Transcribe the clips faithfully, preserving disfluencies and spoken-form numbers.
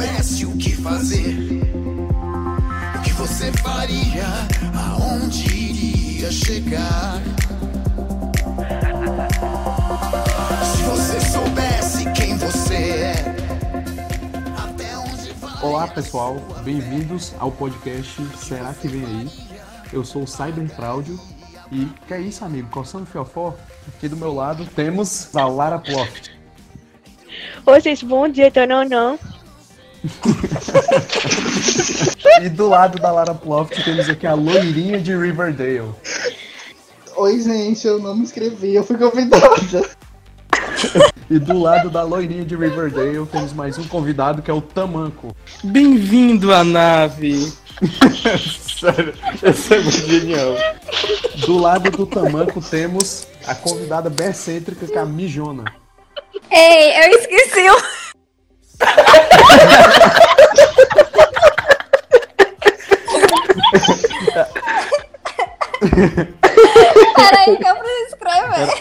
soubesse o que fazer, o que você faria, aonde iria chegar. Se você soubesse quem você é, até onde vai. Olá pessoal, bem-vindos ao podcast Será que Vem Aí? Eu sou o Cyberfraudio e que é isso, amigo? Coçando fiofó? Aqui do meu lado temos a Lara Ploft. Oi, gente, bom dia, então não, não. E do lado da Lara Ploft temos aqui a loirinha de Riverdale. Oi, gente, eu não me inscrevi, eu fui convidada. E do lado da loirinha de Riverdale temos mais um convidado que é o Tamanco. Bem-vindo à nave. Sério, esse é muito genial. Do lado do Tamanco temos a convidada bem excêntrica que é a Mijona. Ei, eu esqueci o... Peraí que eu preciso escrever.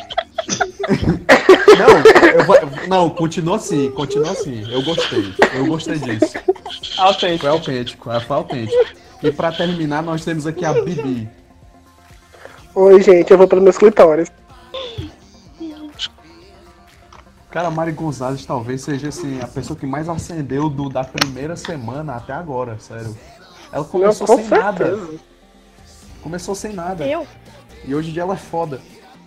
Não, eu vou, não, continua assim, continua assim. Eu gostei, eu gostei disso. Autêntico. Foi autêntico, é, foi autêntico. E pra terminar, nós temos aqui a Bibi. Oi, gente, eu vou para meus escritório. Cara, a Mari Gonzalez talvez seja assim, a pessoa que mais acendeu do, da primeira semana até agora, sério. Ela começou Não, com sem certeza. nada. Começou sem nada. Eu? E hoje em dia ela é foda.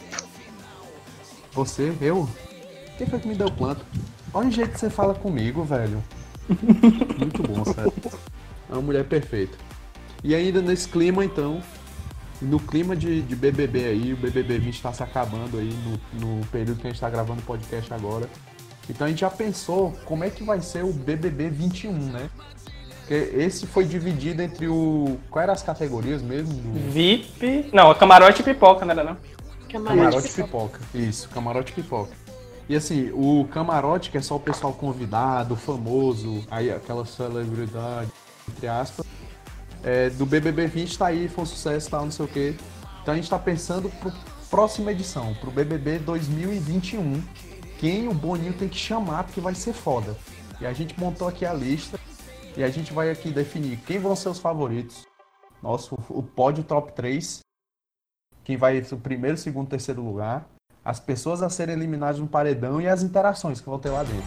Você? Eu? Quem foi que me deu planta? Olha o jeito que você fala comigo, velho. Muito bom, sério. É uma mulher perfeita. E ainda nesse clima, então, no clima de, de B B B aí, o B B B vinte tá se acabando aí no, no período que a gente tá gravando o podcast agora. Então a gente já pensou como é que vai ser o B B B vinte e um, né? Porque esse foi dividido entre o... Quais eram as categorias mesmo? Do... V I P... Não, camarote e pipoca, não era não? Camarote e pipoca. Isso, camarote e pipoca. E assim, o camarote, que é só o pessoal convidado, famoso, aí aquela celebridade, entre aspas, é, do B B B vinte tá aí, foi um sucesso, tal, não sei o quê. Então a gente tá pensando pro próxima edição, pro B B B dois mil e vinte e um, quem o Boninho tem que chamar, porque vai ser foda. E a gente montou aqui a lista, e a gente vai aqui definir quem vão ser os favoritos. Nosso, o pódio top três. Quem vai o primeiro, segundo, terceiro lugar, as pessoas a serem eliminadas no paredão e as interações que vão ter lá dentro.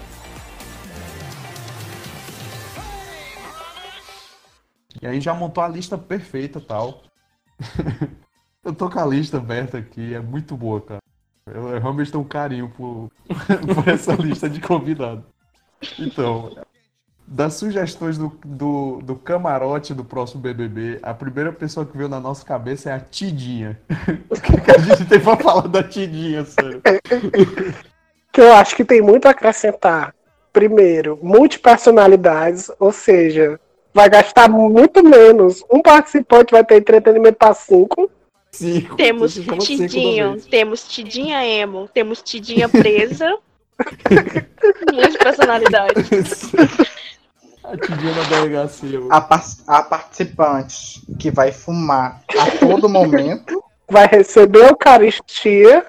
E aí já montou a lista perfeita e tal. Eu tô com a lista aberta aqui, é muito boa, cara. Eu, eu realmente tenho um carinho por, por essa lista de convidados. Então, das sugestões do, do, do camarote do próximo B B B, a primeira pessoa que veio na nossa cabeça é a Tidinha. O que, que a gente tem pra falar da Tidinha, sério? Que eu acho que tem muito a acrescentar. Primeiro, multipersonalidades, ou seja, vai gastar muito menos. Um participante vai ter entretenimento para cinco. Cinco. Temos Você falou cinco Tidinho, vez. temos Tidinha emo, temos Tidinha presa. Muitas personalidades. A Tidinha na delegacia. A, par- a participante que vai fumar a todo momento. Vai receber Eucaristia.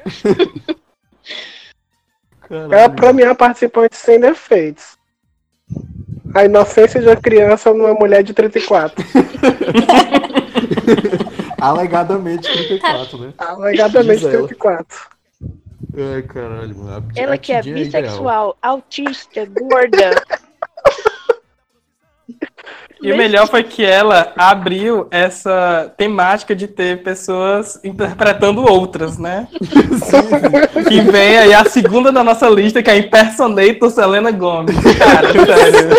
Caralho. É premiar participantes sem defeitos. A inocência de uma criança numa mulher de trinta e quatro. Alegadamente trinta e quatro, né? Alegadamente Diz ela. trinta e quatro. Ai, caralho, mano. A- Ela a que é Tidinha ideal. bissexual, autista, gorda. E o melhor foi que ela abriu essa temática de ter pessoas interpretando outras, né? Que vem aí a segunda da nossa lista, que é a Impersonator Selena Gomez. Cara, sério.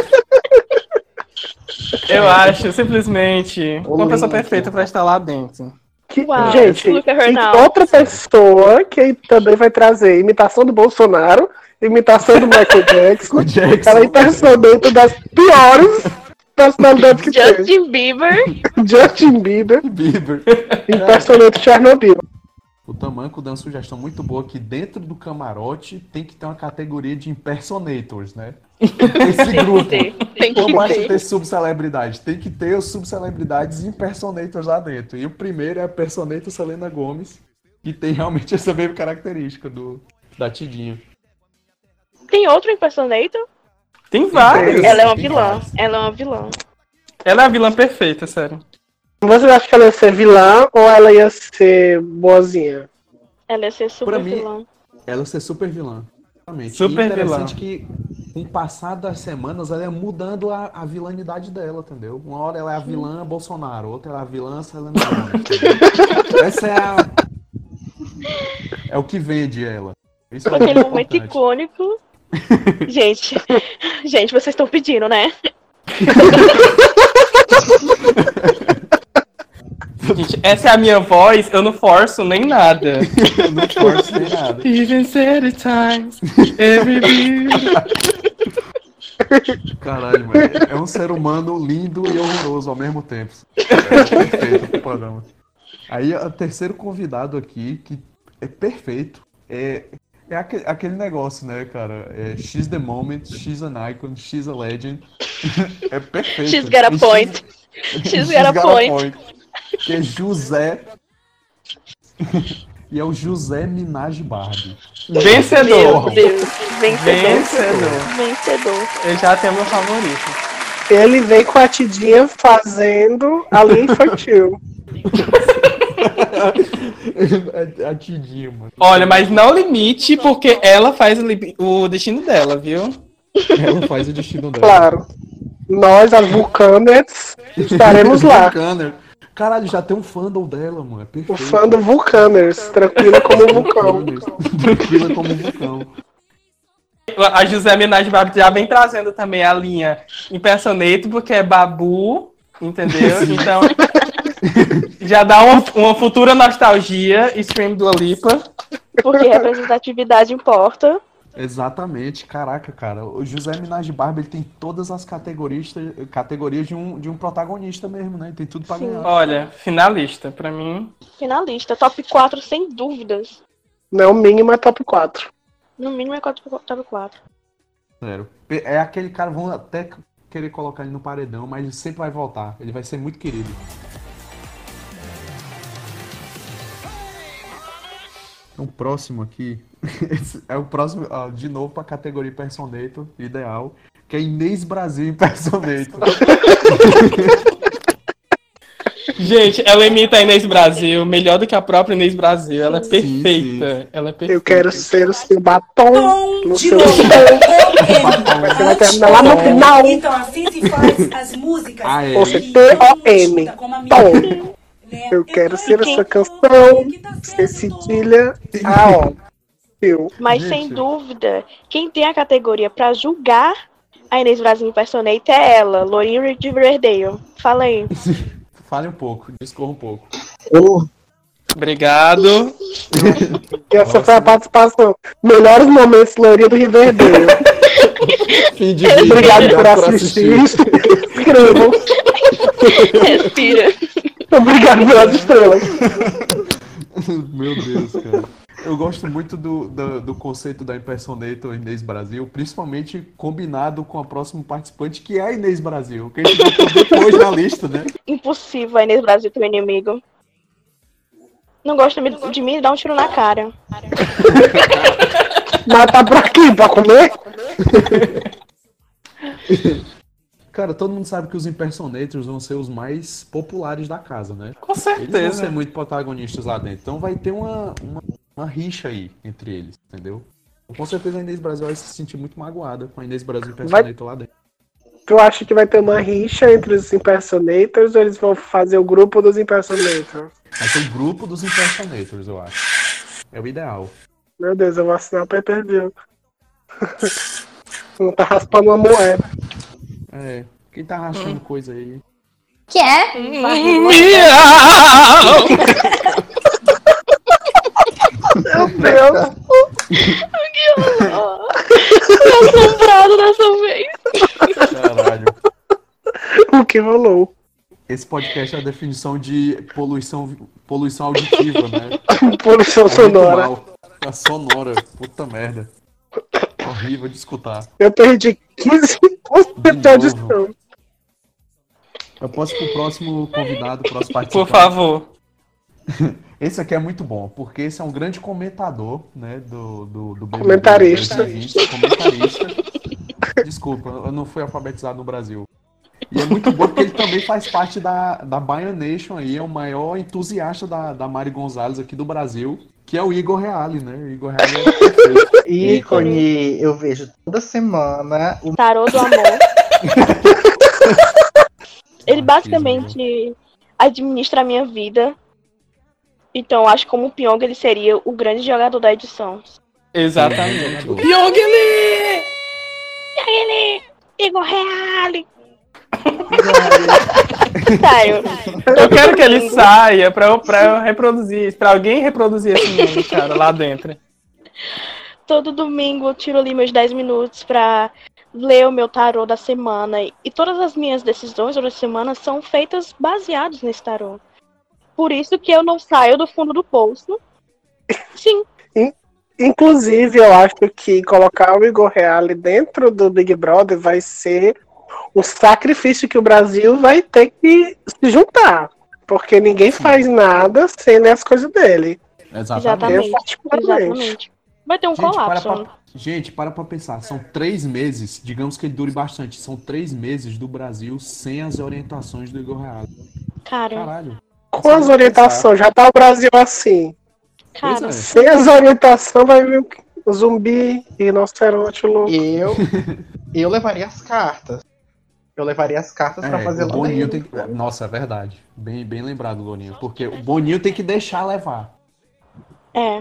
Eu acho, simplesmente, uma pessoa perfeita pra estar lá dentro. Que, Uau, gente, look at her e now. outra pessoa que também vai trazer imitação do Bolsonaro, imitação do Michael Jackson, Jackson. ela é impersonante das piores personalidades que tem. Justin Bieber. Justin Bieber, Bieber. impersonante Chernobyl. O Tamanco deu uma sugestão muito boa que dentro do camarote tem que ter uma categoria de impersonators, né? Esse Tem que grupo. ter. Tem Por que mais de ter. ter subcelebridades, tem que ter os subcelebridades e impersonators lá dentro. E o primeiro é a personator Selena Gomez, que tem realmente essa mesma característica do, da Tidinha. Tem outro impersonator? Tem vários. Ela é uma Tem vilã. vários. Ela é uma vilã. Ela é a vilã perfeita, sério. Você acha que ela ia ser vilã ou ela ia ser boazinha? Ela ia ser super Pra mim, vilã. ela ser super vilã. Exatamente. Super e interessante vilã. que, com o passar das semanas, ela é mudando a, a vilanidade dela, entendeu? Uma hora ela é a vilã Bolsonaro, outra ela é a vilã Selena Gomez, entendeu? Essa é a... É o que vende ela. Isso é Aquele muito momento importante. icônico. Gente, gente, vocês estão pedindo, né? Gente, essa é a minha voz, eu não forço nem nada. Eu não forço nem nada. Even said it times, every Caralho, mano. É um ser humano lindo e horroroso ao mesmo tempo. É perfeito o programa. Aí, o terceiro convidado aqui, que é perfeito, é, é aquele, aquele negócio, né, cara? É She's the moment, she's an icon, she's a legend. É perfeito. She's got a E point. She's got a point. Que é José. E é o José Minaj Barbie. Vencedor. Meu Deus. Vencedor. Vencedor. Vencedor. Eu já tenho meu favorito. Ele vem com a tidinha fazendo a linha infantil. A Tidinha, mano. Olha, mas não limite, porque ela faz o, li- o destino dela, viu? Ela faz o destino dela. Claro. Nós, as Vulcaners, estaremos lá. Vulcaner. Caralho, já tem um fandom dela, mano. É perfeito. O fã do Vulcaners, tranquila como um vulcão. Tranquila como um vulcão. A José Minaj Barbie já vem trazendo também a linha Impersonator, porque é babu, entendeu? Então, já dá uma, uma futura nostalgia, Scream Dua Lipa. Porque representatividade importa. Exatamente, caraca, cara. O José Minaj Barba, ele tem todas as categorias, categorias de um, de um protagonista mesmo, né? Ele tem tudo pra Sim. ganhar. Olha, finalista, pra mim. Finalista. Top quatro, sem dúvidas. Não, o mínimo é top quatro. No mínimo é top quatro. Sério. É aquele cara, vão até querer colocar ele no paredão, mas ele sempre vai voltar. Ele vai ser muito querido. O próximo aqui, esse é o próximo, ó, de novo pra categoria Impersonator, ideal, que é Inês Brasil Impersonator. Gente, ela imita a Inês Brasil, melhor do que a própria Inês Brasil. Ela é Sim, perfeita. sim. Ela é perfeita. Eu quero ser o seu batom no de seu novo. tom. Você vai terminar lá no final. Então assim se faz as músicas. Ah, é. Você que T O todo mundo M. escuta, como a minha, Tom. né? Eu quero ser quem- essa canção. Ser cedilha A O. Eu. Mas Gente. sem dúvida, quem tem a categoria pra julgar a Inês Brasil Impersonator é ela, Lourinho de Riverdale. Fala aí. Fale um pouco, discorra um pouco. Obrigado. E essa foi a participação. Melhores momentos Lourinha do Riverdale. Fim de Obrigado por assistir. Inscrevam. Respira. Obrigado pelas estrelas. Meu Deus, cara. Eu gosto muito do, do, do conceito da Impersonator Inês Brasil, principalmente combinado com a próxima participante, que é a Inês Brasil, que a gente botou depois na lista, né? Impossível a Inês Brasil ter um inimigo. Não gosta de mim, dá um tiro na cara. Mas tá por aqui pra comer? Cara, todo mundo sabe que os Impersonators vão ser os mais populares da casa, né? Com Eles vão certeza. ser muito protagonistas lá dentro. Então vai ter uma, uma, uma rixa aí entre eles, entendeu? Com certeza a Inês Brasil vai se sentir muito magoada com a Inês Brasil Impersonator lá dentro. Tu acha que vai ter uma rixa entre os impersonators ou eles vão fazer o grupo dos impersonators? Vai ter o grupo dos Impersonators, eu acho. É o ideal. Meu Deus, eu vou assinar o pay-per-view. Não tá raspando uma moeda. É, quem tá rachando coisa aí? Que é? Miau! Meu Deus. Tô assombrado dessa vez. Caralho. O que rolou? Esse podcast é a definição de poluição, poluição auditiva, né? Poluição É muito sonora. mal. A sonora, puta merda. Horrível de escutar. Eu perdi quinze por cento de De audição. Eu posso ir pro próximo convidado, próximo participante. Por favor. Esse aqui é muito bom, porque esse é um grande comentador, né, do, do, do B B B Comentarista. dois mil e vinte, comentarista. Desculpa, eu não fui alfabetizado no Brasil. E é muito bom porque ele também faz parte da, da Baian Nation aí, é o maior entusiasta da, da Mari Gonzalez aqui do Brasil, que é o Igor Reale, né? O Igor Reale é perfeito. Ícone, eu vejo toda semana o Tarô do amor. Ele basicamente administra a minha vida. Então, acho que como o Pyong, ele seria o grande jogador da edição. Exatamente. O Pyong ele! Pyong Igor Reale! Sério. Eu quero que ele saia pra eu, pra eu reproduzir, pra alguém reproduzir esse nome, cara, lá dentro. Todo domingo eu tiro ali meus dez minutos pra ler o meu tarô da semana. E todas as minhas decisões da semana são feitas baseadas nesse tarô. Por isso que eu não saio do fundo do poço. Sim. Inclusive, eu acho que colocar o Igor Reale dentro do Big Brother vai ser um sacrifício que o Brasil vai ter que se juntar. Porque ninguém faz nada sem ler as coisas dele. Exatamente. Exatamente. Vai ter um gente, colapso. Para pra, gente, para pra pensar. São três meses, digamos que ele dure bastante. São três meses do Brasil sem as orientações do Igor Reale. Cara. Caralho. Com as orientações, já tá o Brasil assim. Cara. Sem as orientações vai vir o zumbi, rinoceronte louco. Eu, eu levaria as cartas. Eu levaria as cartas É, pra fazer o lá Boninho dentro. tem que... Nossa, é verdade. Bem, bem lembrado, Boninho. Porque o Boninho tem que deixar levar. É.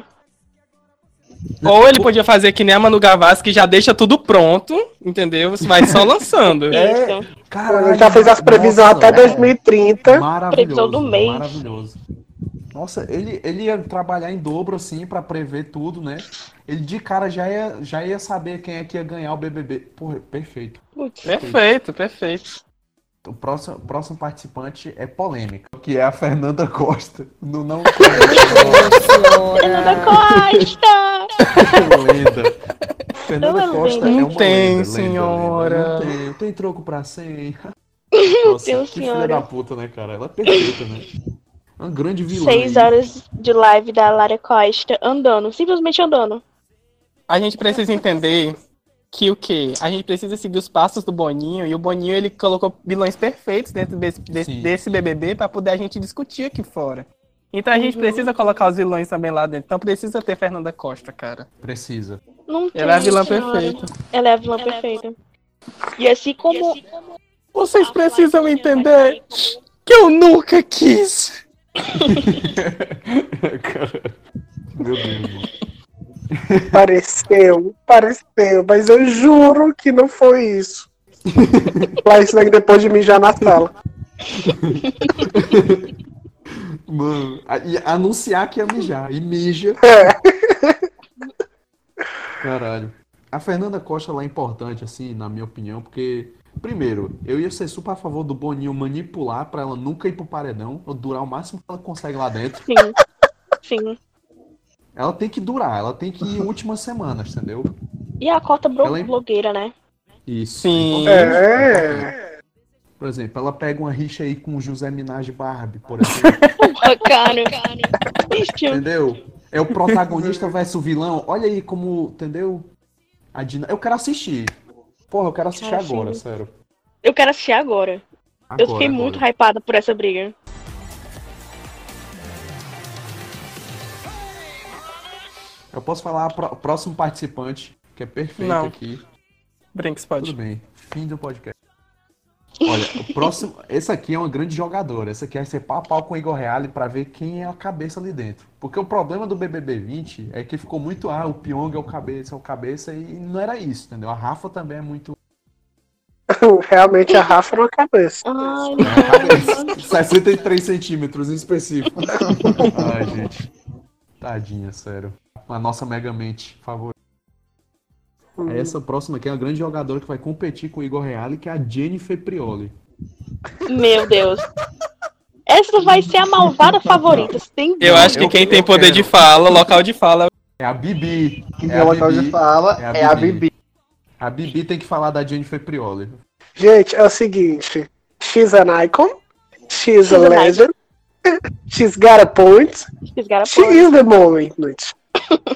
Ou ele podia fazer que nem a Manu Gavassi, que já deixa tudo pronto, entendeu? Você vai só lançando. É, caralho, Ele já fez as previsões nossa, até dois mil e trinta. Maravilhoso, Previsão do mês. maravilhoso. Nossa, ele, ele ia trabalhar em dobro, assim, pra prever tudo, né? Ele de cara já ia, já ia saber quem é que ia ganhar o B B B. Porra, perfeito. Perfeito, perfeito. O próximo, próximo participante é polêmica, que é a Fernanda Costa. No não Fernanda Costa! lenda. Fernanda Ela Costa lenda. é Não uma tem, lenda, senhora. lenda, lenda. Não tem, tem troco pra cem. Não Nossa, tem, que filha senhora. da puta, né, cara? Ela é perfeita, né? Uma grande vilã. Seis aí. horas de live da Lara Costa andando, simplesmente andando. A gente precisa entender que o quê? A gente precisa seguir os passos do Boninho, e o Boninho ele colocou vilões perfeitos dentro desse, desse, Sim. desse B B B pra poder a gente discutir aqui fora. Então a gente Uhum. precisa colocar os vilões também lá dentro. Então precisa ter Fernanda Costa, cara. Precisa. Não tem, Ela é a vilã senhora. perfeita. Ela é a vilã perfeita. E assim como Vocês precisam entender que eu nunca quis. Cara, meu Deus, mano. Pareceu, pareceu, mas eu juro que não foi isso. Lá isso aí depois de mijar na sala. Mano, a- e anunciar que ia mijar. E mija. Caralho. A Fernanda Costa lá é importante, assim, na minha opinião, porque, primeiro, eu ia ser super a favor do Boninho manipular pra ela nunca ir pro paredão, ou durar o máximo que ela consegue lá dentro. sim, sim. Ela tem que durar, ela tem que ir em últimas semanas, entendeu? E a cota blo- Ela é- blogueira, né? Isso. Sim. É. Por exemplo, ela pega uma rixa aí com o José Minaj Barbie, por exemplo. Porra, cara. Bicho. Entendeu? É o protagonista versus o vilão. Olha aí como, entendeu? A dina... Eu quero assistir. Porra, eu quero assistir Ah, agora, sim. sério. Eu quero assistir agora. Agora, Eu fiquei agora. muito hypada por essa briga. Eu posso falar pro- o próximo participante, que é perfeito Não. aqui. Brinks, Tudo pode. bem. Fim do podcast. Olha, o próximo. Esse aqui é uma grande jogadora. Esse aqui vai ser pau a pau com o Igor Reale pra ver quem é a cabeça ali dentro. Porque o problema do B B B vinte é que ficou muito. Ah, o Pyong é o cabeça, é o cabeça. E não era isso, entendeu? A Rafa também é muito. Realmente a Rafa na cabeça. Ai, É a cabeça. sessenta e três centímetros em específico. Ai, gente. Tadinha, sério. A nossa Megamente favorita. Essa próxima aqui é a grande jogadora que vai competir com o Igor Reale, que é a Jennifer Prioli. meu Deus. Essa vai ser a malvada favorita, sem Eu Não, acho que eu- quem tem eu poder quero. de fala, local de fala. É a Bibi. Quem É tem a o local Bibi. de fala É a é a Bibi. Bibi. A Bibi tem que falar da Jennifer Prioli. Gente, é o seguinte. She's an icon. She's, She's a an legend. She's got a point. She's got a She point. is the moment.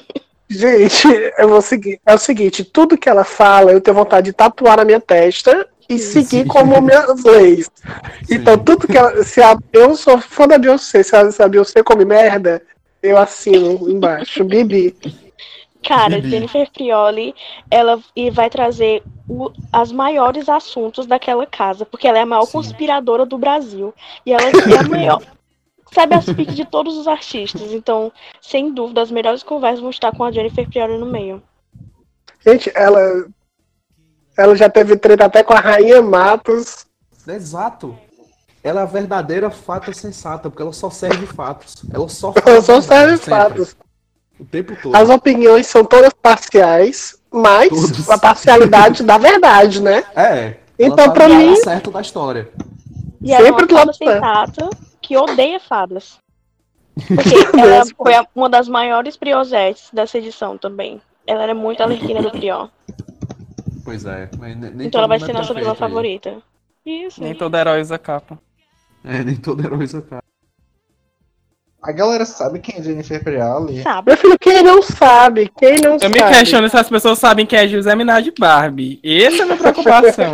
Gente, eu vou seguir. É o seguinte, tudo que ela fala, eu tenho vontade de tatuar na minha testa e seguir Sim. como minhas leis. Sim. Então, tudo que ela. Se a, eu sou fã da Beyoncé, se a, se a Beyoncé come merda, eu assino embaixo. Bibi. Cara, Bibi. Jennifer Prioli, ela e vai trazer o, as maiores assuntos daquela casa, porque ela é a maior Sim. conspiradora do Brasil. E ela é a maior. Sabe as piques de todos os artistas. Então, sem dúvida, as melhores conversas vão estar com a Jennifer Prioli no meio. Gente, ela. Ela já teve treta até com a Rainha Matos. Exato. Ela é a verdadeira fata sensata, porque ela só serve fatos. Ela só fala Ela só a verdade, serve sempre. fatos. O tempo todo. As opiniões são todas parciais, mas Todos. a parcialidade da verdade, né? É. Então, ela tá pra do lado mim- certo da história. E ela é Sempre uma do lado fada sensata que odeia fadas. Porque ela Mesmo. foi a- uma das maiores priosetes dessa edição também. Ela era muito alerquina do prior. Pois é. Mas ne- nem Então ela todo vai mundo ser é nossa vilã perfeito aí. favorita. Isso. Nem todo herói usa capa. É, nem todo herói usa cara. A galera sabe quem é Jennifer Prioli? Sabe? Meu filho, quem não sabe? Quem não Eu sabe? me questiono se as pessoas sabem quem é José Minaj de Barbie. Essa é a minha preocupação.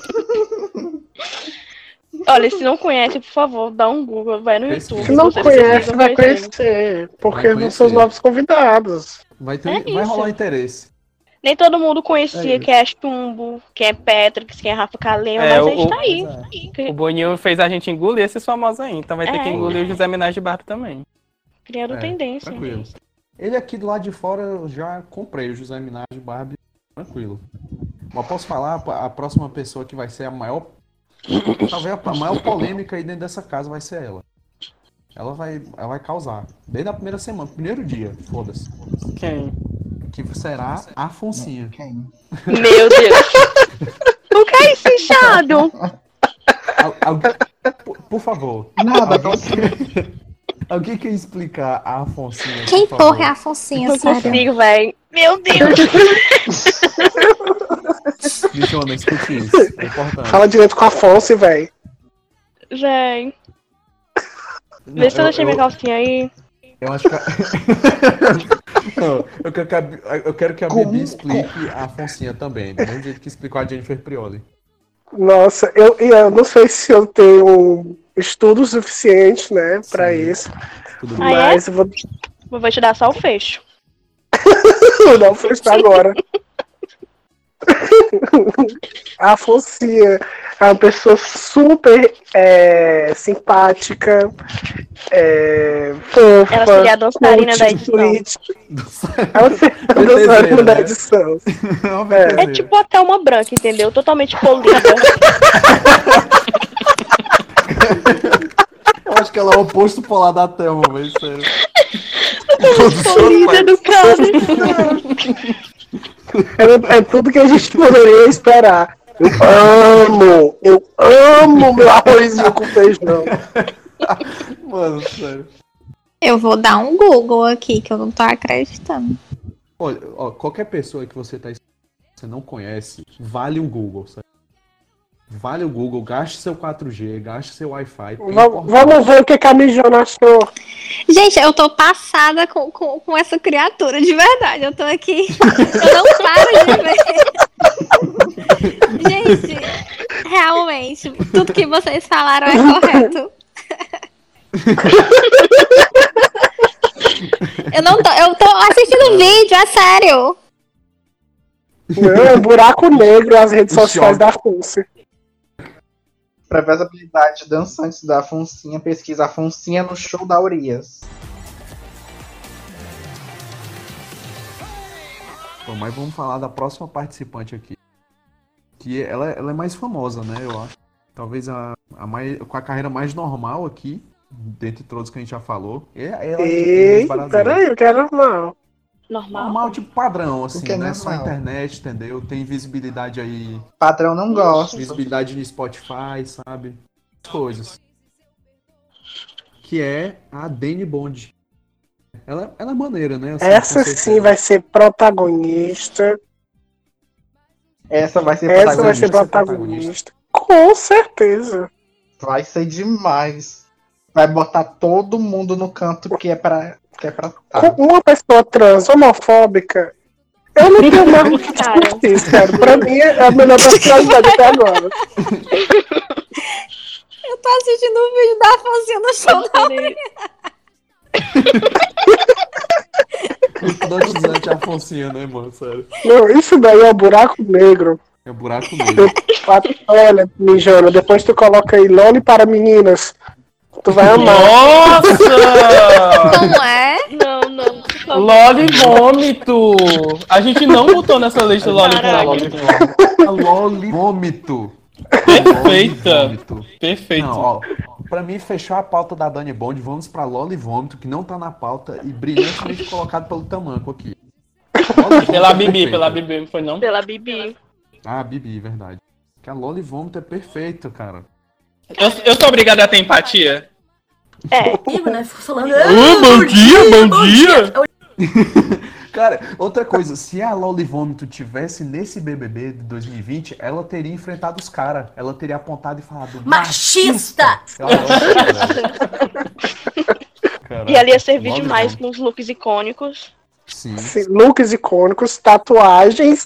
Olha, se não conhece, por favor, dá um Google, vai no Pesquisa. YouTube. Se não vocês conhece, precisam vai conhecer. conhecer. Porque Vai vão ser os conhecer. novos convidados. Vai, ter, É vai isso. rolar interesse. Nem todo mundo conhecia É quem é Chumbo, quem é Patrick, quem é Rafa Kalimann, É, mas a o- gente tá aí. O Boninho fez a gente engolir esses famosos aí, então vai ter É. que engolir o José Minaj de Barbie também. Criando É, tendência. Tranquilo. Ele aqui do lado de fora eu já comprei o José Minaj de Barbie. Tranquilo. Mas posso falar, a próxima pessoa que vai ser a maior. Talvez a maior polêmica aí dentro dessa casa vai ser ela. Ela vai, ela vai causar. Desde a primeira semana, primeiro dia, foda-se. Quem? Que será a Afonsinha. Quem? Meu Deus. Não cai esse inchado. Al- alguém- por, por favor. Nada, Alguém, alguém quer explicar a Afonsinha? Quem por favor? porra é a Afonsinha, Não sério? consigo, velho. Meu Deus. Bichona, escute isso. É importante. Fala direito com a Afonso, velho. Véi. Não, Vê se eu eu- deixei minha eu- calcinha aí. Eu acho que. a- Não, eu, quero que a, Bi- eu quero que a Como? Bibi explique a Afonsinha também, do mesmo jeito que explicou a Jennifer Prioli. Nossa, eu, eu não sei se eu tenho estudo suficiente, né, pra Sim. isso. Tudo Ah, bem. é? Mas eu vou Eu vou te dar só o fecho. dar o fecho agora. A Afonsinha é uma pessoa super é, simpática, é, fofa. Ela seria a dançarina cult, da edição. política. Ela seria a dançarina da né? edição. É uma É. É brincadeira. tipo a Thelma Branca, entendeu? Totalmente polida. Eu acho que ela é o oposto polar da Thelma, velho, sério. polida do cara. É, é tudo que a gente poderia esperar. Eu amo, eu amo meu arrozinho com feijão. Mano, sério. Eu vou dar um Google aqui, que eu não tô acreditando. Olha, ó, qualquer pessoa que você tá você não conhece, vale um Google, sabe? Vale o Google, gaste seu quatro G, gaste seu Wi-Fi. porque é Va- importante. Vamos ver o que que a Mijona achou. Gente, eu tô passada com, com, com essa criatura, de verdade. Eu tô aqui. Eu não paro de ver. Gente, realmente, tudo que vocês falaram é correto. Eu não tô. Eu tô assistindo vídeo, é sério. Não, é buraco negro as redes Um sociais choque. da Fonse. Pra ver as habilidades dançantes da Afonsinha, pesquisa Afonsinha no show da Urias. Bom, mas vamos falar da próxima participante aqui. Que ela, ela é mais famosa, né? Eu acho. Talvez a, a mais, com a carreira mais normal aqui, dentre todos que a gente já falou. É ela que tem Ei, mais Brasil. peraí, eu quero mal. Normal. Normal, tipo padrão, assim, Porque é né? Só normal. internet, entendeu? Tem visibilidade aí, Padrão não gosta. visibilidade no Spotify, sabe? Coisas. Que é a Dani Bond. Ela, ela é maneira, né? Assim, Essa com sim certeza. vai ser protagonista. Essa vai ser Essa vai ser protagonista. protagonista. Com certeza. Vai ser demais. Vai botar todo mundo no canto que é pra Que é pra Com uma pessoa trans homofóbica, eu não tenho mais o que Cara. discutir, cara. Pra mim é a melhor personalidade até agora. Eu tô assistindo um vídeo da Afonso no show da Ele- Hipnotizante Afonsinha, né, mano? Sério. Não, isso daí é o buraco negro. É um buraco negro. Olha, Mijana, depois tu coloca aí Loli para meninas. Tu vai amar. Nossa! Não é? Não, não. por favor. Loli Vômito! A gente não botou nessa lista Loli Caraca. Vômito. A Loli Vômito. Perfeita! Vômito. Perfeito. Não, ó, pra mim fechou a pauta da Dani Bond, vamos pra Loli Vômito, que não tá na pauta e brilhantemente colocado pelo Tamanco aqui. Loli Vômito Pela é Bibi, perfeito. pela Bibi, não foi não? Pela Bibi. Ah, Bibi, verdade. Que a Loli Vômito é perfeito, cara. Eu, eu sou obrigado a ter empatia? É. Comigo, né? Fico falando. Ô, bom dia, bom dia! Cara, outra coisa, se a Loli Vômito tivesse nesse B B B de dois mil e vinte, ela teria enfrentado os caras. Ela teria apontado e falado Machista! Ela Cara, E ela ia servir Loli demais Vômito. com os looks icônicos. Sim. Assim, looks icônicos, tatuagens,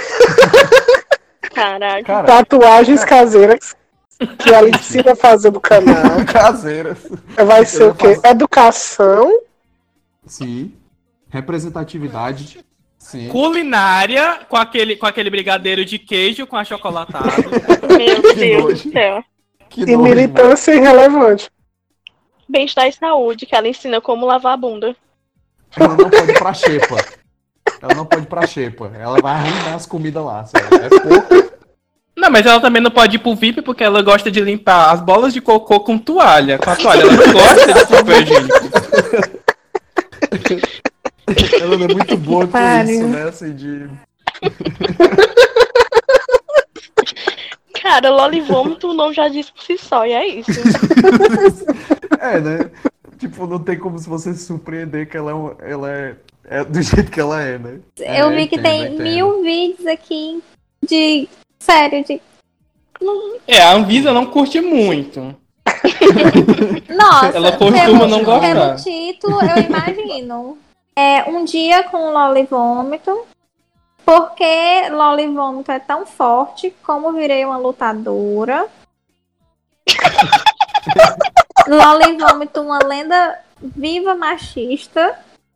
Caraca. Cara, tatuagens caseiras que ela ensina a fazer no canal. caseiras. Vai ser Eu o quê? faço- Educação. Sim. Representatividade. Sim. Culinária com aquele, com aquele brigadeiro de queijo com achocolatado. Meu Deus nojo. do céu. Que E nojo, mano. militância irrelevante. Bem-estar e saúde, que ela ensina como lavar a bunda. Ela não pode ir pra xepa. Ela não pode ir pra xepa. Ela vai arruinar as comidas lá, sério. É pouco. Não, mas ela também não pode ir pro V I P porque ela gosta de limpar as bolas de cocô com toalha. Com a toalha, ela não gosta de papel higiênico. Ela não é muito boa com Pariu. isso, né? Assim, de... Cara, Loli Vômito, o nome já diz por si só, e é isso. É, né? Tipo, não tem como se você se surpreender que ela é, um- ela é, é do jeito que ela é, né? Eu É, vi que entendo, tem entendo. mil vídeos aqui de. Sério, de. É, a Anvisa não curte muito. Nossa, Ela costuma pelo, não gostar. pelo título, eu imagino. É um dia com Loli Vômito. Porque Loli Vômito é tão forte como virei uma lutadora. Loli Vômito, uma lenda viva machista.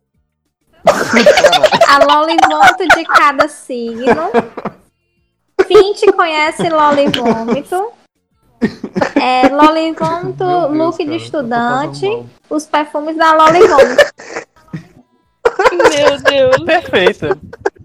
A Loli Vômito de cada signo. Finte conhece Loli Vômito. É, Loli Vômito, Meu Deus, look cara, de eu tô estudante. passando mal. Os perfumes da Loli Vômito. Meu Deus. Perfeita.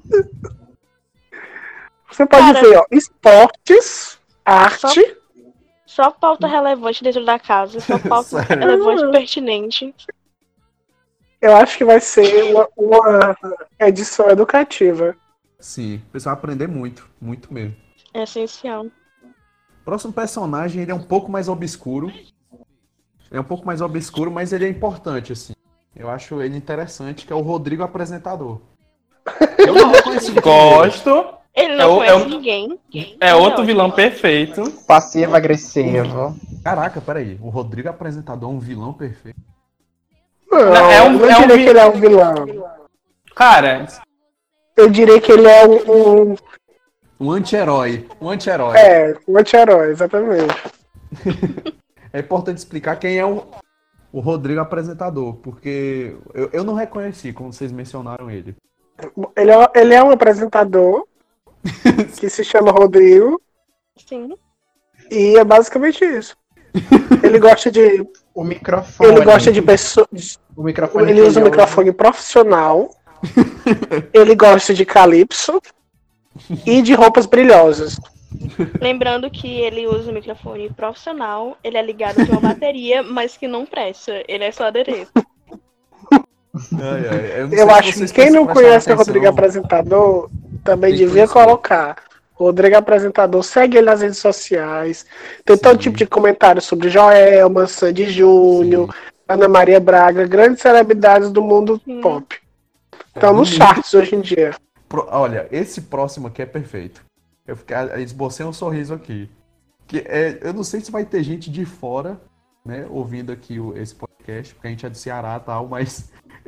Você pode Cara. ver, ó, esportes, arte. Só pauta relevante dentro da casa. Só pauta Sério? relevante e pertinente. Eu acho que vai ser uma, uma edição educativa. Sim, o pessoal vai aprender muito, muito mesmo. É essencial. Próximo personagem, ele é um pouco mais obscuro. É um pouco mais obscuro, mas ele é importante, assim. Eu acho ele interessante, que é o Rodrigo Apresentador. Eu não reconheci de primeira. Gosto. Ele É não o- conhece é o- ninguém. É outro vilão perfeito. Passivo agressivo. Caraca, peraí. O Rodrigo Apresentador é um vilão perfeito. Não, Não, é um- eu não é um diria vi- que ele é um vilão. Cara, Eu diria que ele é um, um Um anti-herói. Um anti-herói. é, um anti-herói, exatamente. É importante explicar quem é o, o Rodrigo Apresentador, porque eu, eu não reconheci quando vocês mencionaram ele. Ele é, ele é um apresentador que se chama Rodrigo Sim. e é basicamente isso. Ele gosta de, O microfone. ele gosta de pessoas, O microfone. ele que usa um usa. microfone profissional. Ele gosta de calypso e de roupas brilhosas. Lembrando que ele usa um microfone profissional, ele é ligado de uma bateria, mas que não presta. Ele é só adereço. Ai, ai, não sei Eu se acho que vocês quem não prestaram conhece o atenção. Rodrigo Apresentador também Tem que devia conhecer. colocar. O Rodrigo Apresentador, segue ele nas redes sociais. Tem todo Sim. tipo de comentário sobre Joelma, Sandy Júnior, Sim. Ana Maria Braga, grandes celebridades do mundo Sim. pop. Estão nos bonito. charts hoje em dia. Pro- Olha, esse próximo aqui é perfeito. Eu fiquei, eu esbocei um sorriso aqui. Que é, eu não sei se vai ter gente de fora, né, ouvindo aqui o- esse podcast, porque a gente é do Ceará e tal, mas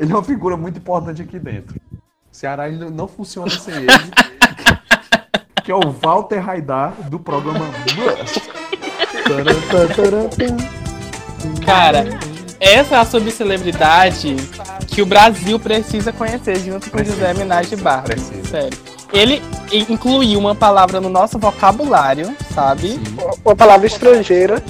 ele é uma figura muito importante aqui dentro. O Ceará ele não funciona sem ele. Que é o Walter Haidar do programa Must. Cara, essa é a subcelebridade que o Brasil precisa conhecer junto com Precisa. José Minaj Barba. Precisa. Sério. Ele incluiu uma palavra no nosso vocabulário, sabe? Sim. Uma palavra estrangeira.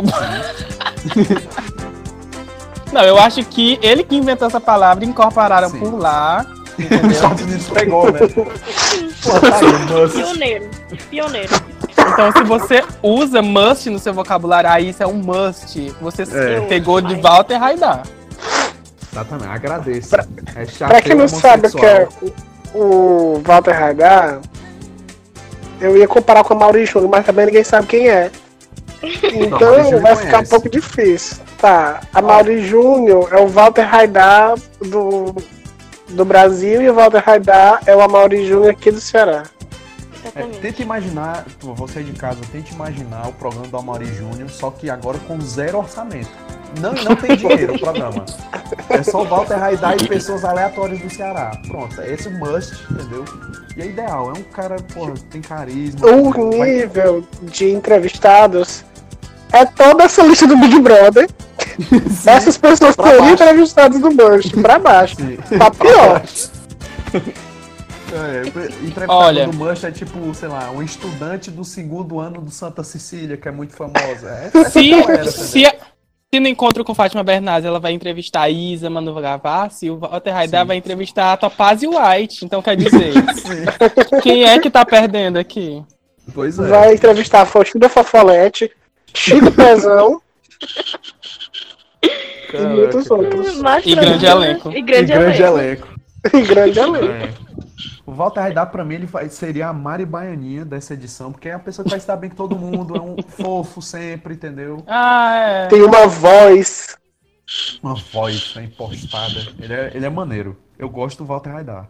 Não, eu acho que ele que inventou essa palavra e incorporaram Sim. por lá. Os Entendeu? Estados Unidos pegou, né? Pô, tá aí, Must. Pioneiro. Pioneiro. Então, se você usa must no seu vocabulário, aí isso é um must. Você É. pegou de Walter Haidar. Exatamente, agradeço. É chato, Pra quem não sabe o que é o, o Walter Haidar, eu ia comparar com a Mauri Júnior, mas também ninguém sabe quem é. Então Mauri Júnior vai ficar um conhece. pouco difícil. Tá, a Mauri Júnior é o Walter Haidar do, do Brasil e o Walter Haidar é o Amaury Júnior aqui do Ceará. É, Exatamente. tenta imaginar, pô, você de casa, tente imaginar o programa do Amaury Júnior, só que agora com zero orçamento. Não, não tem dinheiro o programa. É só o Walter Haidar e pessoas aleatórias do Ceará. Pronto, é esse o must, entendeu? E é ideal, é um cara, porra, tem carisma. O vai- nível de entrevistados é toda essa lista do Big Brother. Essas pessoas pra seriam baixo. entrevistadas do Bush, pra baixo. Sim. Tá pior. É, entrevistado Olha. do Must é tipo, sei lá, um estudante do segundo ano do Santa Cecília, que é muito famosa. É, essa Se, galera, entendeu? se, a- se no encontro com Fátima Bernardes ela vai entrevistar a Isa Manu Gavassi, o Walter Haidar Sim. vai entrevistar a Topazio White. Então quer dizer, quem é que tá perdendo aqui? Pois é. Vai entrevistar a Faustina Fofolete, Chico Pezão e Caraca, muitos cara. outros. Mais E grande tranquilo, elenco. E E grande, grande elenco. elenco. E grande elenco. É. O Walter Haidar, pra mim, ele vai- seria a Mari Baianinha dessa edição, porque é a pessoa que vai se dar bem com todo mundo, é um fofo sempre, entendeu? Ah, é. Tem uma voz. Uma voz né, impostada. Ele é, ele é maneiro. Eu gosto do Walter Haidar.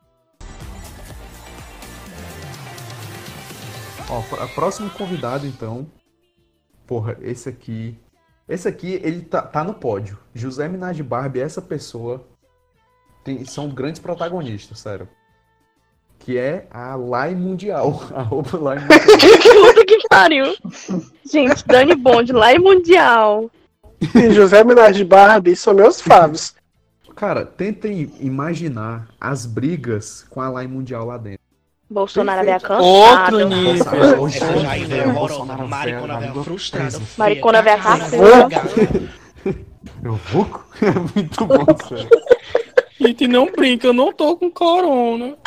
Ó, a próximo convidado, então. Porra, esse aqui. Esse aqui, ele tá, tá no pódio. José Minaj Barba e essa pessoa tem- são grandes protagonistas, sério. Que é a Lai Mundial. Arroba Lai Mundial. Puta que pariu. Gente, Dani Bond, lá em Mundial. E José Minaj Barbie são meus favos. Cara, tentem imaginar as brigas com a Lai Mundial lá dentro. Bolsonaro é Perfeito. cansado. Outro nível. Bolsonaro, hoje Essa já é ideia Bolsonaro horrorosa, maricona velho, velha língua frustrada. presa. Maricona velha Vou- rasteira. Eu vou? É muito bom, sério. Gente, não brinca, eu não tô com corona.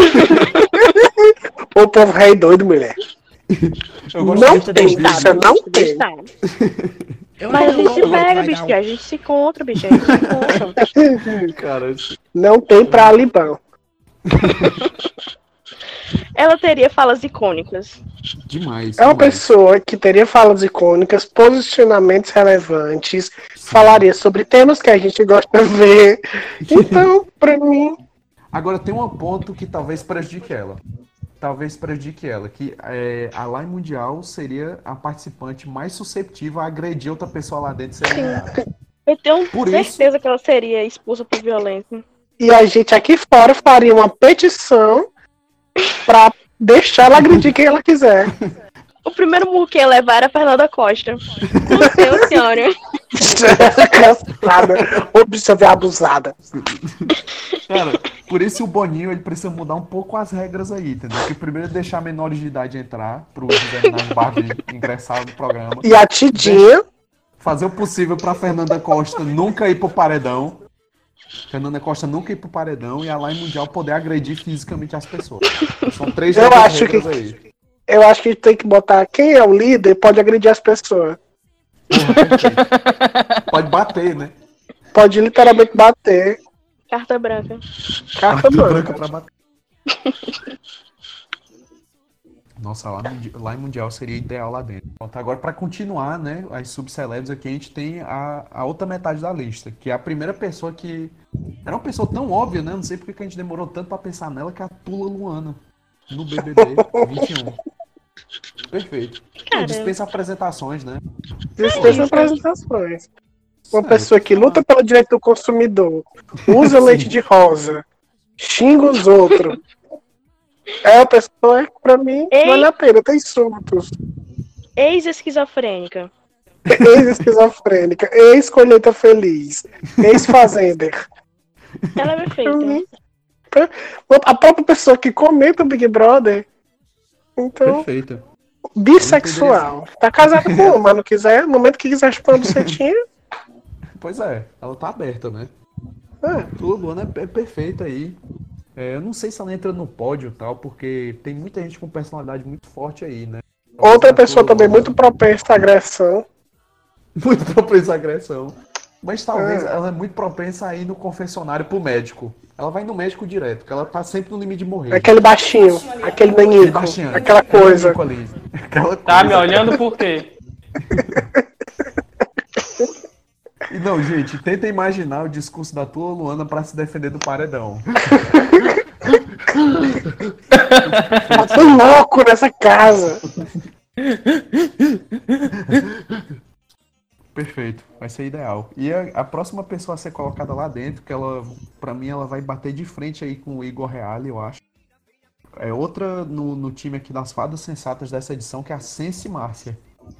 O povo rei doido, mulher. Eu gosto Não muito tem, do vídeo. bicha, não tem. Eu Mas a não- gente se eu- pega, vai bicho. dar um- A gente se encontra, bicho. A gente se encontra. Cara, isso- Não tem pra Alibão. Ela teria falas icônicas. demais. É uma demais. pessoa que teria falas icônicas, posicionamentos relevantes, falaria sobre temas que a gente gosta de ver. Então, pra mim, Agora tem um ponto que talvez prejudique ela. Talvez prejudique ela, que é, a Lai Mundial seria a participante mais susceptível a agredir outra pessoa lá dentro e ser eliminada. Eu tenho Por certeza que ela seria expulsa por violência. e a gente aqui fora faria uma petição pra deixar ela agredir quem ela quiser. O primeiro murro que ia levar era a Fernanda Costa. Meu Deus, senhora. Cansada, observar abusada. Cara, por isso o Boninho ele precisa mudar um pouco as regras aí, entendeu? Porque primeiro é deixar menores de idade entrar, pro José Minaj Barbie ingressar no programa. E a Tidinha, Fazer o possível pra Fernanda Costa nunca ir pro paredão. Fernanda Costa nunca ir pro paredão e a Lai Mundial poder agredir fisicamente as pessoas. São três Eu regras acho que- aí. eu acho que tem que botar quem é o líder pode agredir as pessoas. Porra, perfeito. Pode bater, né? Pode literalmente bater. Carta branca. Carta branca. pra bater. Nossa, lá, mundi- lá em Mundial seria ideal lá dentro. Pronto, agora pra continuar, né, as subcelebs aqui, a gente tem a, a outra metade da lista, que é a primeira pessoa que... Era uma pessoa tão óbvia, né, não sei porque que a gente demorou tanto pra pensar nela, que é a Tula Luana, no B B B vinte e um. Perfeito. Cara. Dispensa apresentações, né? Dispensa apresentações. Uma Certo. pessoa que luta pelo direito do consumidor, usa Sim. leite de rosa, xinga os outros. É uma pessoa que, pra mim, Ei. vale a pena, tem insultos. Ex-esquizofrênica. Ex-esquizofrênica, ex-colheita feliz, ex-fazender. Ela é Pra perfeita. mim, a própria pessoa que comenta o Big Brother, então, Perfeita. bissexual. Tá casado com uma, mas não quiser, no momento que quiser chupar uma bucetinha, Pois é, ela tá aberta, né? é. Luana é perfeita aí. É, eu não sei se ela entra no pódio e tal, porque tem muita gente com personalidade muito forte aí, né? Outra A pessoa também Luana- muito propensa à agressão. Muito propensa à agressão. Mas talvez É. ela é muito propensa a ir no confessionário pro médico. Ela vai no médico direto, porque ela tá sempre no limite de morrer. Aquele baixinho, aquele nanico, baixinho, aquela aquele coisa. nanico ali. Aquela Tá coisa. me olhando por quê? E não, gente, tenta imaginar o discurso da tua Luana pra se defender do paredão. Tá tão louco nessa casa. Perfeito, vai ser ideal. E a, a próxima pessoa a ser colocada lá dentro, que ela, pra mim, ela vai bater de frente aí com o Igor Reale, eu acho. É outra no, no time aqui das fadas sensatas dessa edição, que é a Sense Márcia.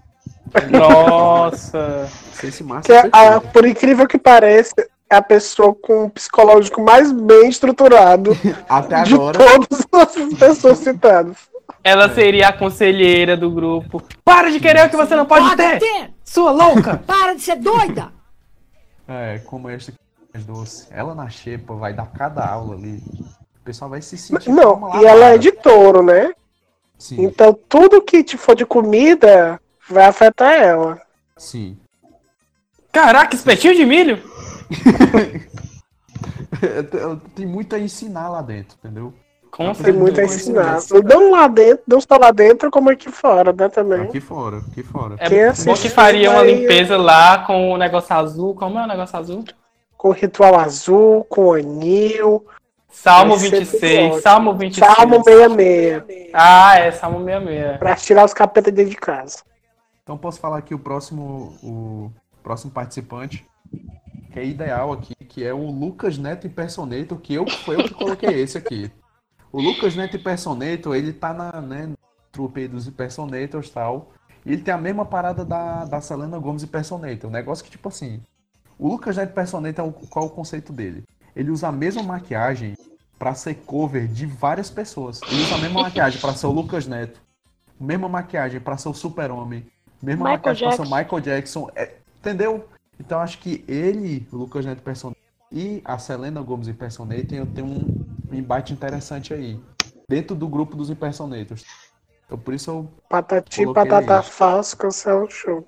Nossa. Sense Que Márcia é, é a, perfeita. por incrível que pareça, é a pessoa com o psicológico mais bem estruturado Até de agora, todas as pessoas citadas. Ela seria a conselheira do grupo. Para de querer o que você não pode ter! Sua louca! Para de ser doida! é, como esta que é mais doce, ela na xepa vai dar cada aula ali. O pessoal vai se sentir como Não, uma e ela é lavada. de touro, né? Sim, Então tudo que te for de comida vai afetar ela. sim. Caraca, espetinho de milho! Ela tem muito a ensinar lá dentro, entendeu? Com Tem Tem muito a conhecimento. ensinar. Não lá dentro, não só lá dentro, como aqui fora, né, também. Aqui fora, aqui fora. É Quem bom assistiu que faria uma vai- limpeza lá com o negócio azul. Como é o negócio azul? Com ritual azul, com anil, Salmo Vai ser vinte e seis. tudo ótimo. Salmo vinte e seis. salmo sessenta e seis, Ah, é, Salmo sessenta e seis. pra tirar os capetas dentro de casa. Então posso falar aqui o próximo, o próximo participante, que é ideal aqui, que é o Lucas Neto Impersonator, que eu, foi eu que coloquei esse aqui. O Lucas Neto Impersonator, ele tá na, né, trupe aí dos Impersonators e tal, e ele tem a mesma parada da, da Selena Gomez Impersonator, um negócio que tipo assim, o Lucas Neto Impersonator, qual é o conceito dele? Ele usa a mesma maquiagem pra ser cover de várias pessoas. Ele usa a mesma maquiagem pra ser o Lucas Neto, mesma maquiagem pra ser o Super-Homem, mesma Michael maquiagem pra ser o Jackson. Michael Jackson, é, entendeu? Então acho que ele, o Lucas Neto Impersonator, e a Selena Gomez Impersonator, eu tenho um embate interessante aí, dentro do grupo dos Impersonators. Então por isso eu Patati, Coloquei patata aí. falso, cancela o show.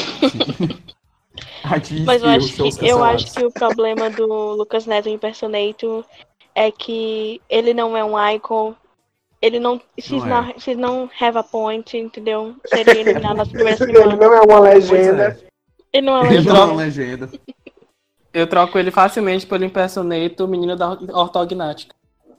aqui Mas eu os acho, seus que, eu cancelados. acho que o problema do Lucas Neto Impersonator é que ele não é um icon. Ele não. Se Não é. não, se não have a point, entendeu? Seria eliminado nas primeiras Ele semanas. não é uma Pois legenda. é, Ele não é ele legenda. não é uma legenda. Eu troco ele facilmente pelo Impersonator, menino da ortognática.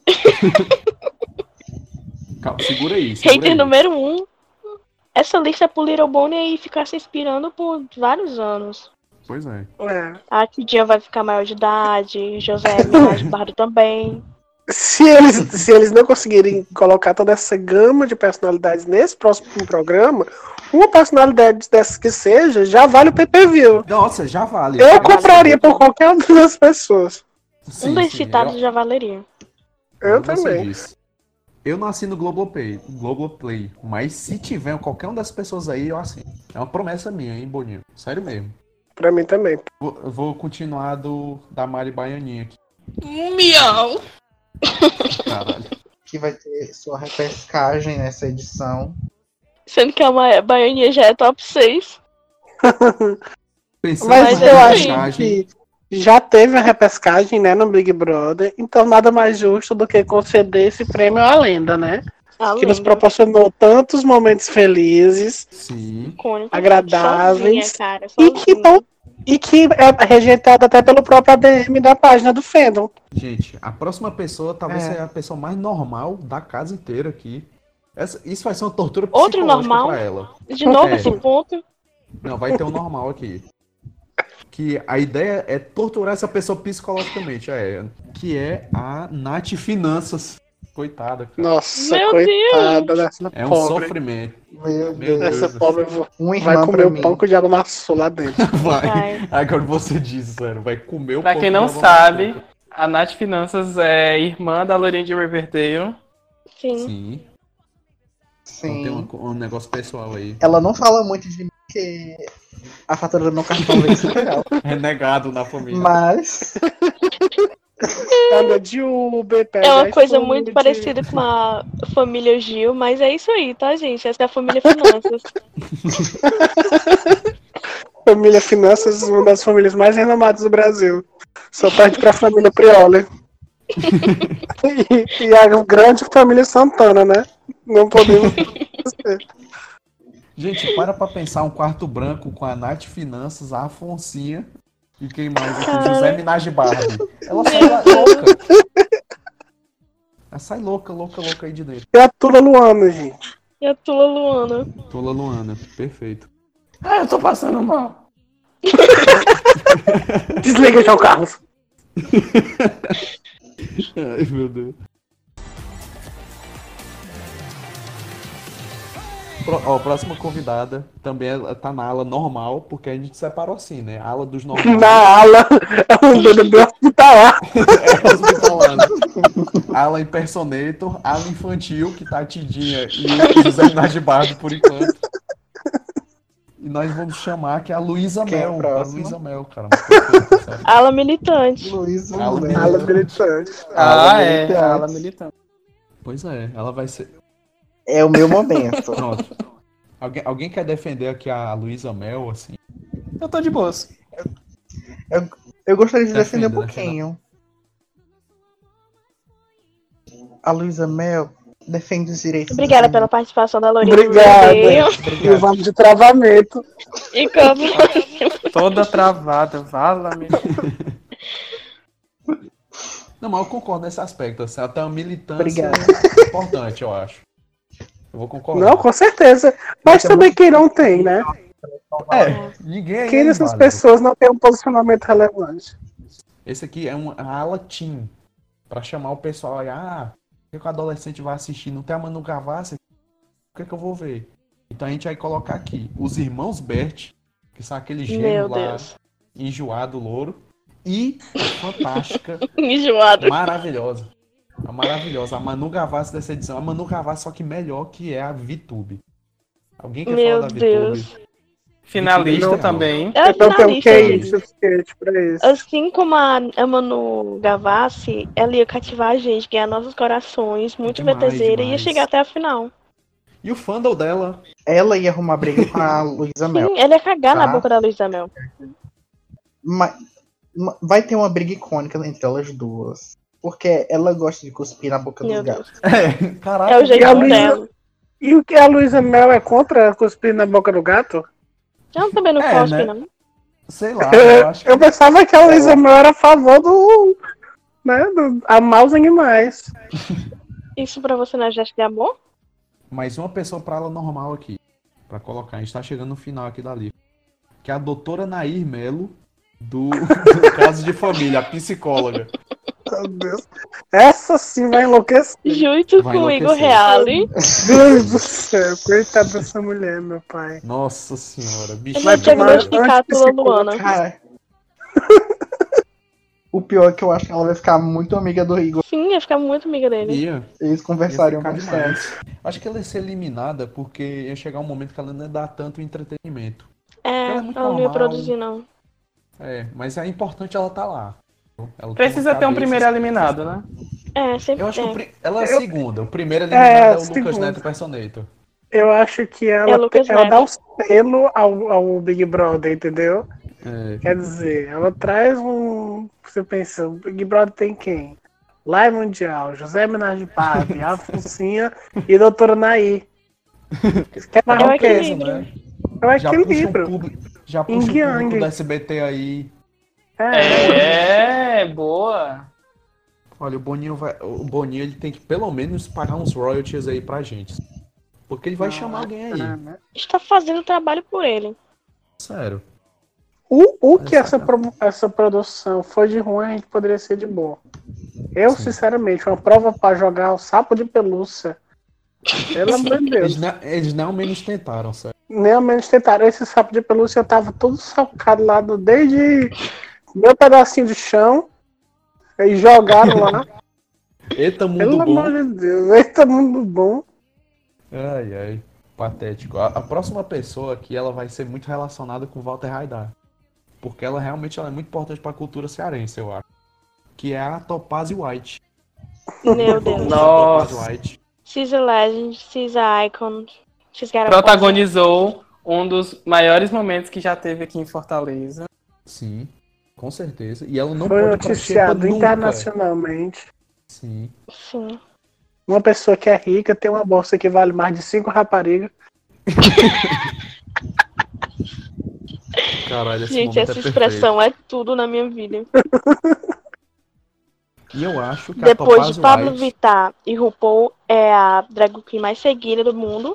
Calma, segura aí, segura Hater aí. número um. Essa lista é pro Little Bonnie e ficar se inspirando por vários anos. Pois é. É. A Tidinha vai ficar maior de idade, José Milagre Bardo também. Se eles, se eles não conseguirem colocar toda essa gama de personalidades nesse próximo programa, uma personalidade dessa que seja, já vale o P P V. Nossa, já vale. Eu compraria por qualquer uma das pessoas. Sim, um dos sim, citados eu- já valeria. Eu como você também. disse. Eu não assino Globoplay, Globoplay, mas se tiver qualquer uma das pessoas aí, eu assino. É uma promessa minha, hein, Boninho? Sério mesmo. Pra mim também. Vou, eu vou continuar do da Mari Baianinha aqui. Miau! Caralho. Que vai ter sua repescagem nessa edição. Sendo que a Ma- Baianinha já é top seis. Pensando Mas na eu acho repescagem, que já teve a repescagem, né, no Big Brother, então nada mais justo do que conceder esse prêmio à lenda, né? A Que nos lenda proporcionou tantos momentos felizes sim. icônica. agradáveis, Sozinha, cara, e que, sozinha. não- e que é rejeitado até pelo próprio A D M da página do Fandom. Gente, a próxima pessoa talvez É. seja a pessoa mais normal da casa inteira aqui. Essa- isso vai ser uma tortura Outro psicológica normal? pra ela. De novo É. esse ponto. Não, vai ter um normal aqui. que a ideia é torturar essa pessoa psicologicamente, é, que é a Nath Finanças. Coitada, cara. Nossa, Meu coitada Deus. dessa É um pobre. sofrimento. Meu Meu Deus. Essa Deus. pobre Um vai irmão comer pra o mim. pão que o diabo amassou lá dentro. Vai. Vai. Agora você diz, sério, vai comer o Pra pão quem que não o diabo sabe, amassou. a Nath Finanças é irmã da Loirinha de Riverdale. Sim. Sim. Então tem Sim. um, um negócio pessoal aí. Ela não fala muito de mim porque a fatura do meu cartão veio sem real. Renegado na família. Mas Anda de Uber, pega É uma coisa iFood. muito parecida com a família Gil, mas é isso aí, tá, gente? Essa é a família Finanças. Família Finanças, uma das famílias mais renomadas do Brasil. Só perde pra família Prioli. e, e a grande família Santana, né? Não podemos esquecer. Gente, para pra pensar um quarto branco com a Nath Finanças, a Afonsinha e quem mais aqui? Cara. José Minaj Barbie. Ela sai lá louca. Ela sai louca, louca, louca aí de dentro. E a Tula Luana, gente. E a Tula Luana. Tola Luana, perfeito. Ah, eu tô passando mal. Desliga, João Carlos. Ai, meu Deus. Pro, ó, próxima convidada também ela tá na ala normal, porque a gente separou assim, né? A ala dos normais. Na ala, é um doido do hospitalar. É hospitalar, né? Ala Impersonator, ala infantil, que tá a Tidinha e o José Minaj Bardo por enquanto. E nós vamos chamar que é a Luísa Quem é a Mel. A próxima? Luísa Mel, cara. Perfeito, sério. Ala militante. Luiz Ala Lula. Ala militante. Ah, Ala é. militante. A ala militante. Pois é, ela vai ser. É o meu momento. Pronto. Alguém, alguém quer defender aqui a Luísa Mel, assim? Eu tô de boas. Eu gostaria de Defenda, defender um pouquinho. A Luísa Mel defende os direitos. Obrigada dos pela participação da Lourinha. Obrigada. Riverdale. E vamos de travamento. E como... Toda travada. Vala-me. Não, mas eu concordo nesse aspecto. Assim, ela tem uma militância Obrigado. importante, eu acho. Eu vou concordar. Não, com certeza. Mas também quem não tem, né? É, ninguém aí Quem é dessas inválido. pessoas não tem um posicionamento relevante? Esse aqui é uma ala teen. Pra chamar o pessoal aí. Ah, o que o adolescente vai assistir? Não tem a Manu Gavassi? O que é que eu vou ver? Então a gente vai colocar aqui os irmãos Bert, que são aquele Meu gêmeo lá, Deus. enjoado, louro. E a fantástica, Enjoado. maravilhosa. A maravilhosa, a Manu Gavassi dessa edição. A Manu Gavassi, só que melhor, que é a VTube. Alguém quer Meu falar da Deus. VTube? Finalista Não. também. É Então tem um finalista, gente. case, skate pra isso. Assim como a a Manu Gavassi, ela ia cativar a gente, ganhar nossos corações, muito Demais, VTZera, e ia demais. chegar até a final. E o fandom dela? Ela ia arrumar briga com a Luísa Mel. Sim, ela ia cagar na Tá. boca da Luísa Mel. Mas ma- vai ter uma briga icônica entre elas duas. Porque ela gosta de cuspir na boca Meu dos gatos. Deus. É, caraca. É o E a jeito Luísa- dela. E o que a Luísa Mel é contra cuspir na boca do gato? Ela também não É, cospe, né? não. Sei lá, eu acho que... Eu pensava que a Luísa Mel era a favor do. Né, do amar os animais. Isso pra você não é gesto de amor? Mais uma pessoa pra ela normal aqui. Pra colocar. A gente tá chegando no final aqui da lista. Que é a doutora Nair Melo, do, do Caso de Família, a psicóloga. Meu Deus. Essa sim vai enlouquecer. Junto Vai com o Igor enlouquecer. Reale. Deus do céu, coitada dessa mulher, meu pai. Nossa senhora, bicho. Eu Vai vou tomar diagnosticar a Tula antipsicólogo. Luana. Cara. O pior é que eu acho que ela vai ficar muito amiga do Igor. Sim, ia ficar muito amiga dele. Ia, Eles ia conversariam ficar bastante. demais. Acho que ela ia ser eliminada porque ia chegar um momento que ela não ia dar tanto entretenimento. É, Ela é muito ela não ia normal. produzir, não. É, mas é importante ela tá lá. Ela tem Precisa uma ter um cabeça- primeiro eliminado, né? É, sempre Eu acho que o é. pri- ela é a Eu- segunda. O primeiro eliminado É, é, o Lucas segunda. Neto Personator. Eu acho que ela, É Lucas ela Neto. dá o selo ao, ao Big Brother, entendeu? É. Quer dizer, ela traz um. Você pensa, o Big Brother tem quem? Live Mundial, José Minaj Barbie, Afonsinha e Doutora Nair. Quer mais É o o quê? equilíbrio. É o Já puxa o equilíbrio. público, já Yin puxa o Yang. público do S B T aí. É. É, boa. Olha, o Boninho vai, o Boninho ele tem que pelo menos pagar uns royalties aí pra gente. Porque ele vai chamar alguém aí. né? Está fazendo trabalho por ele. Sério. O, o que essa, pro- essa produção foi de ruim, a gente poderia ser de bom. Eu, Sim. sinceramente, uma prova pra jogar o sapo de pelúcia. Pelo amor de Deus. Eles, não- eles não menos tentaram, sério. Nem ao menos tentaram. Esse sapo de pelúcia tava todo socado lá, do- desde meu pedacinho de chão. E jogaram lá. Eita, mundo Pelo bom. amor de Deus, eita mundo bom. Ai, ai. Patético. A, a próxima pessoa aqui, ela vai ser muito relacionada com Walter Haidar. Porque ela realmente ela é muito importante pra cultura cearense, eu acho. Que é a Topaz White. Meu Deus. Nossa. Topaz White. She's a legend, she's a icon. She's got a Protagonizou um dos maiores momentos que já teve aqui em Fortaleza. Sim, com certeza. E ela não Foi pode ir pra Xepa noticiado nunca. internacionalmente. Sim. Sim. Uma pessoa que é rica tem uma bolsa que vale mais de cinco raparigas. Caralho, esse Gente, momento essa é expressão é tudo na minha vida. perfeito. E eu acho que a Depois Topaz de Pablo White... Vittar e RuPaul, é a drag queen mais seguida do mundo.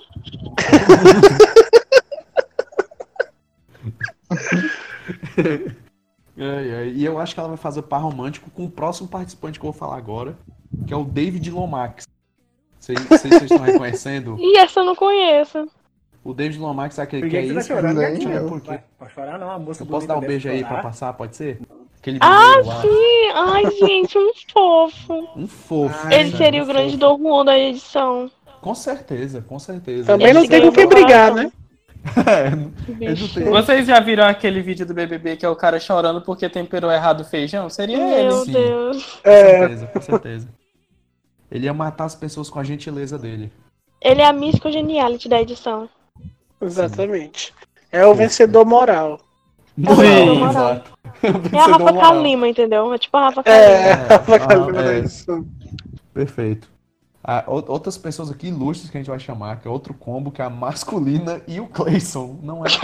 Ai, ai. E eu acho que ela vai fazer par romântico com o próximo participante que eu vou falar agora, que é o David Lomax. Vocês vocês estão reconhecendo? E essa eu não conheço. O David Lomax é aquele Por que que é que tá isso? chorando, Não né? sei por quê. Pode chorar não, a moça Eu posso dar um beijo aí pra passar, pode ser? Aquele Ah, bebê lá. sim! Ai, gente, um fofo. Um fofo. Ele sério, seria um o grande fofo. Dom Juan da edição. Com certeza, com certeza. Também Ele não tem ganhou com quem meu brigar, coração. né? É, ele não Bicho. tem. Vocês já viram aquele vídeo do B B B que é o cara chorando porque temperou errado o feijão? Seria ele. Meu Sim. Deus. Com É. certeza, com certeza. Ele ia matar as pessoas com a gentileza dele. Ele é a Mystical Geniality da edição. Exatamente. É o vencedor moral. Sim. Exato. É a Rafa Kalima, entendeu? É tipo a Rafa Kalima. É, É, Rafa ah, Kalima da é. edição. Perfeito. Ah, ou- outras pessoas aqui ilustres que a gente vai chamar, que é outro combo, que é a masculina e o Clayson. Não é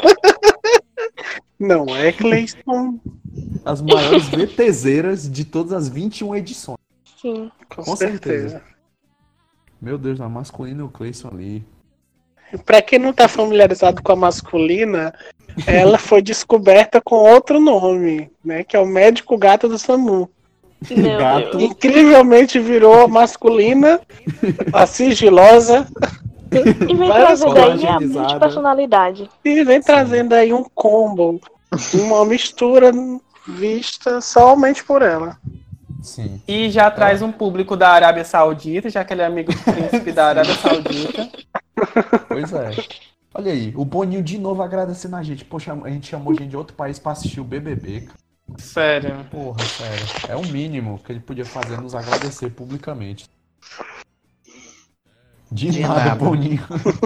Não, é Cleison. as maiores VTZeras de todas as vinte e uma edições. Sim. Com, Com certeza. certeza. Meu Deus, a masculina e o Clayson ali. Pra quem não tá familiarizado com a masculina, ela foi descoberta com outro nome, né? Que é o médico gato do SAMU. Meu Gato. Deus. Incrivelmente virou a masculina, a sigilosa, E vem Várias trazer daí a colagenizada. multipersonalidade. e vem trazendo aí um combo, uma mistura vista somente por ela. Sim. E já traz um público da Arábia Saudita, já que ele é amigo do príncipe da Arábia Saudita. Pois é. Olha aí, o Boninho de novo agradecendo a gente. Poxa, a gente chamou gente de outro país pra assistir o B B B. cara. Sério. Porra, sério. É o mínimo que ele podia fazer, nos agradecer publicamente. De, De nada, nada. Boninho.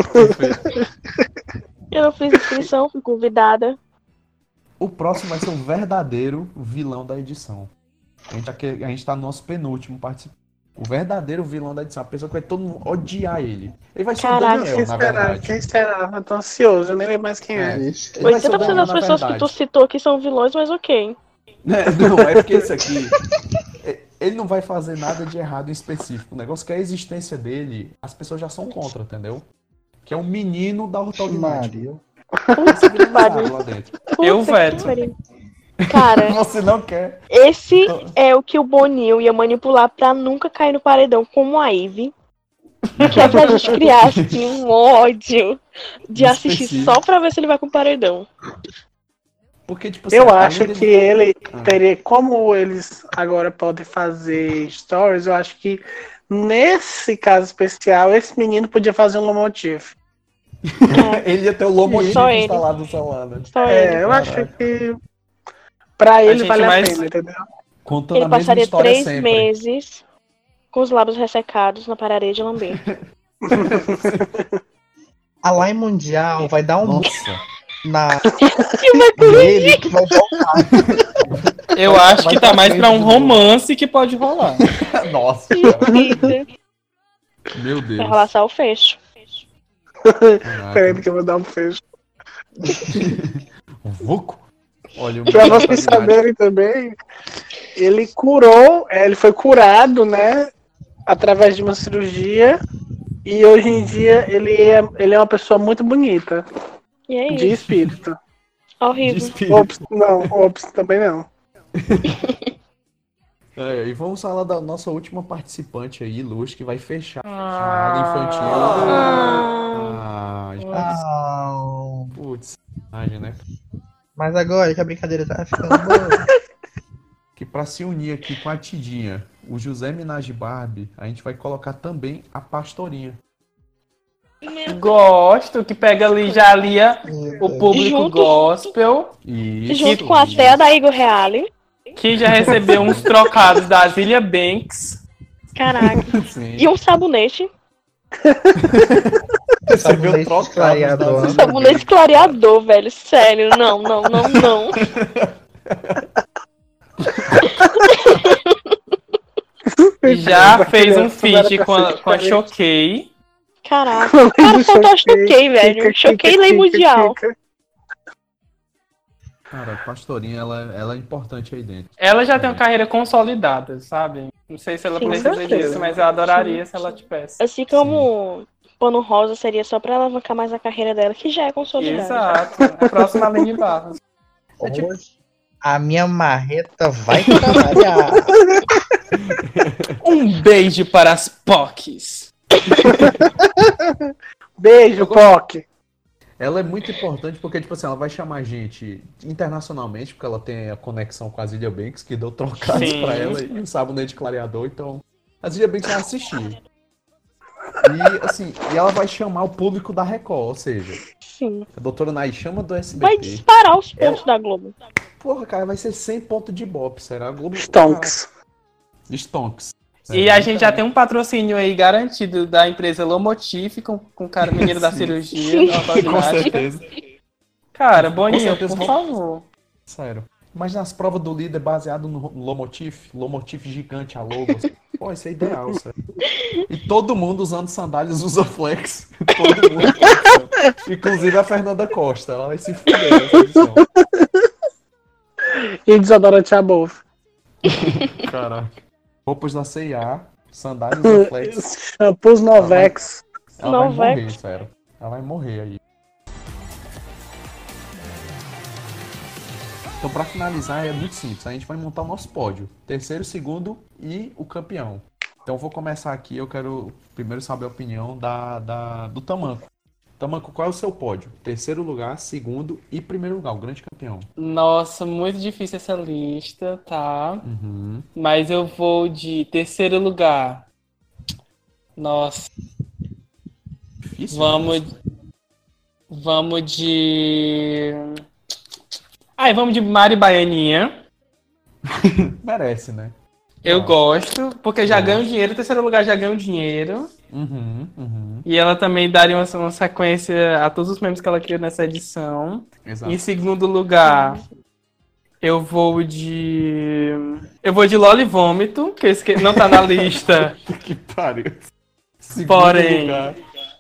Eu não fiz inscrição, fui convidada. O próximo vai ser o verdadeiro vilão da edição. A gente, aqui, a gente tá no nosso penúltimo participante. O verdadeiro vilão da edição. A pessoa que vai todo mundo odiar ele. Ele vai ser Caraca, o Daniel, Quem na será? verdade. Quem será? Eu tô ansioso, eu nem lembro mais quem é. Vixe. Ele vai ser o oitenta por cento Daniel, das na pessoas que tu verdade. citou aqui são vilões, mas ok. É, não, é porque esse aqui. é- Ele não vai fazer nada de errado em específico. O negócio é que a existência dele, as pessoas já são contra, entendeu? Que é o menino da Hortal de Maria. Esse vilanizado lá dentro. Eu Puta veto. que pariu. Cara, Você não quer. esse é o que o Boninho ia manipular pra nunca cair no paredão, como a Ivy. Que é pra gente criar assim, um ódio de assistir Específico. só pra ver se ele vai com o paredão. Porque, tipo assim, Eu além acho dele- que ele Ah. teria, como eles agora podem fazer stories, eu acho que nesse caso especial, esse menino podia fazer um lomotif. ele ia ter o Lomotif Só ele. instalado no celular, né? Só ele. É, eu Caraca. acho que pra ele gente vale mais- a pena, entendeu? Contando Ele a mesma passaria história três sempre. meses com os lábios ressecados na parede de lamber. A Line Mundial vai dar um Nossa. na E vai nele que vai voltar. Eu Vai- acho vai que pra tá mais frente pra um de novo. romance que pode rolar. Nossa, cara. Eita, Meu Deus. vai rolar só o fecho. Caraca. Peraí que eu vou dar um fecho. Vuco. Olha, o Pra menino vocês tá demais. saberem também, ele curou, é, ele foi curado, né, através de uma cirurgia, e hoje em dia ele é, ele é uma pessoa muito bonita, E é de isso. espírito. Horrível. De espírito. Ops, não, ops, também não. É, e vamos falar da nossa última participante aí, Luz, que vai fechar Ah. a área infantil. Ah, Ah, Ah, putz, imagem, né? mas agora que a brincadeira tá ficando boa. Que pra se unir aqui com a Tidinha, o José Minaj Barbie, a gente vai colocar também a Pastorinha. Gosto, que pega ali, já alia o público Junto- gospel, Isso. junto com a Thea da Igor Reale. que já recebeu uns trocados da Zilia Banks. Caraca. Sim. E um sabonete. Recebeu Sabonete trocados clareador. da Um sabonete clareador, velho. Sério. Não, não, não, não. E já fez um feat com a, com a Choquei. Caraca. O cara soltou a Choquei, velho. Choquei lei mundial. Cara, a Pastorinha, ela, ela é importante aí dentro. Ela já tem uma carreira consolidada, sabe? Não sei se ela Sim, precisa certeza. disso, mas eu adoraria se ela tivesse. Assim como Pano Rosa seria só pra alavancar mais a carreira dela, que já é consolidada. Exato. A próxima Aline Barros. Hoje a minha marreta vai trabalhar. Um beijo para as P O Cs. Beijo, Poc. Ela é muito importante porque, tipo assim, ela vai chamar gente internacionalmente, porque ela tem a conexão com a Zilia Banks, que deu trocados Sim. pra ela e um sabonete clareador, então a Zilia Banks vai assistir. E, assim, e ela vai chamar o público da Record, ou seja, Sim. a doutora Nai chama do S B Vai T. disparar os pontos da Globo. Porra, cara, vai ser cem pontos de Ibope, será? A Globo... Stonks. Cara, Stonks. E É, a gente já então, tem um patrocínio aí garantido da empresa Lomotif com, com o cara menino da Sim. cirurgia, da Com autoginástica. certeza. Cara, Com Boninho, certeza por vão- favor. Sério. Mas nas provas do líder baseado no Lomotif, Lomotif gigante, a logo. assim. Pô, isso é ideal, sério. E todo mundo usando sandálias usa flex. Todo mundo. Inclusive a Fernanda Costa. Ela vai se fuder nessa edição. E desodorante a bolsa. Caraca. Roupas da C e A, sandálias usa flex. Shampoos Novex. Ela vai Novex. morrer, sério. Ela vai morrer aí. Então, pra finalizar, é muito simples. A gente vai montar o nosso pódio. Terceiro, segundo e o campeão. Então, eu vou começar aqui. Eu quero primeiro saber a opinião da, da, do Tamanco. Tamanco, qual é o seu pódio? Terceiro lugar, segundo e primeiro lugar, o grande campeão. Nossa, muito difícil essa lista, tá? Uhum. Mas eu vou de terceiro lugar. Nossa, Difícil. vamos. né? Vamos de. Ai, vamos de Mari Baianinha. Merece, né? Eu Ah. gosto, porque já Ah. ganho dinheiro. Terceiro lugar já ganho dinheiro. Uhum, uhum. E ela também daria uma, uma sequência a todos os memes que ela criou nessa edição. Exato. Em segundo lugar, eu vou de. Eu vou de Loli Vômito, que eu esque... não tá na lista. Que pariu. Segundo Porém- lugar.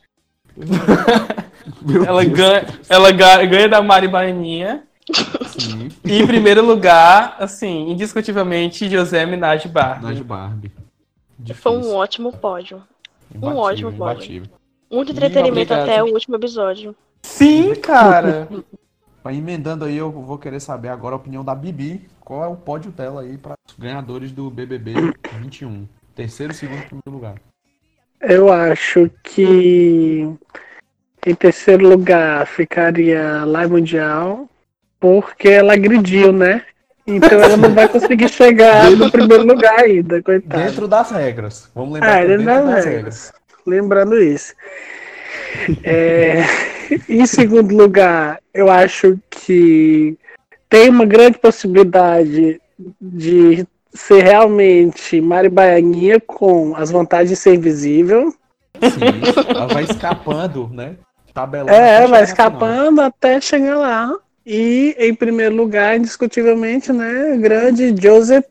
Meu Ela, Deus. ganha, ela ga- ganha da Mari Baianinha. Sim. E em primeiro lugar, assim, indiscutivelmente, José Minaj Barbie. Nas Barbie. Difícil. Foi um ótimo pódio. Imbatível, ótimo pódio. imbatível. Muito entretenimento obrigado. até o último episódio. Sim, cara. Vai emendando aí, eu vou querer saber agora a opinião da Bibi. Qual é o pódio dela aí para os ganhadores do B B B vinte e um? Terceiro, segundo e primeiro lugar. Eu acho que em terceiro lugar ficaria Lai Mundial, porque ela agrediu, né? Então ela não vai conseguir chegar no primeiro lugar ainda, coitada. Dentro das regras. Vamos lembrar Ah, que é dentro dentro das das regras. regras. Lembrando isso. É, em segundo lugar, eu acho que tem uma grande possibilidade de ser realmente Mari Baianinha com as vantagens de ser invisível. Sim, ela vai escapando, né? Tabelando É, até vai chegar no final. escapando até chegar lá. E em primeiro lugar, indiscutivelmente, né? Grande Joseph.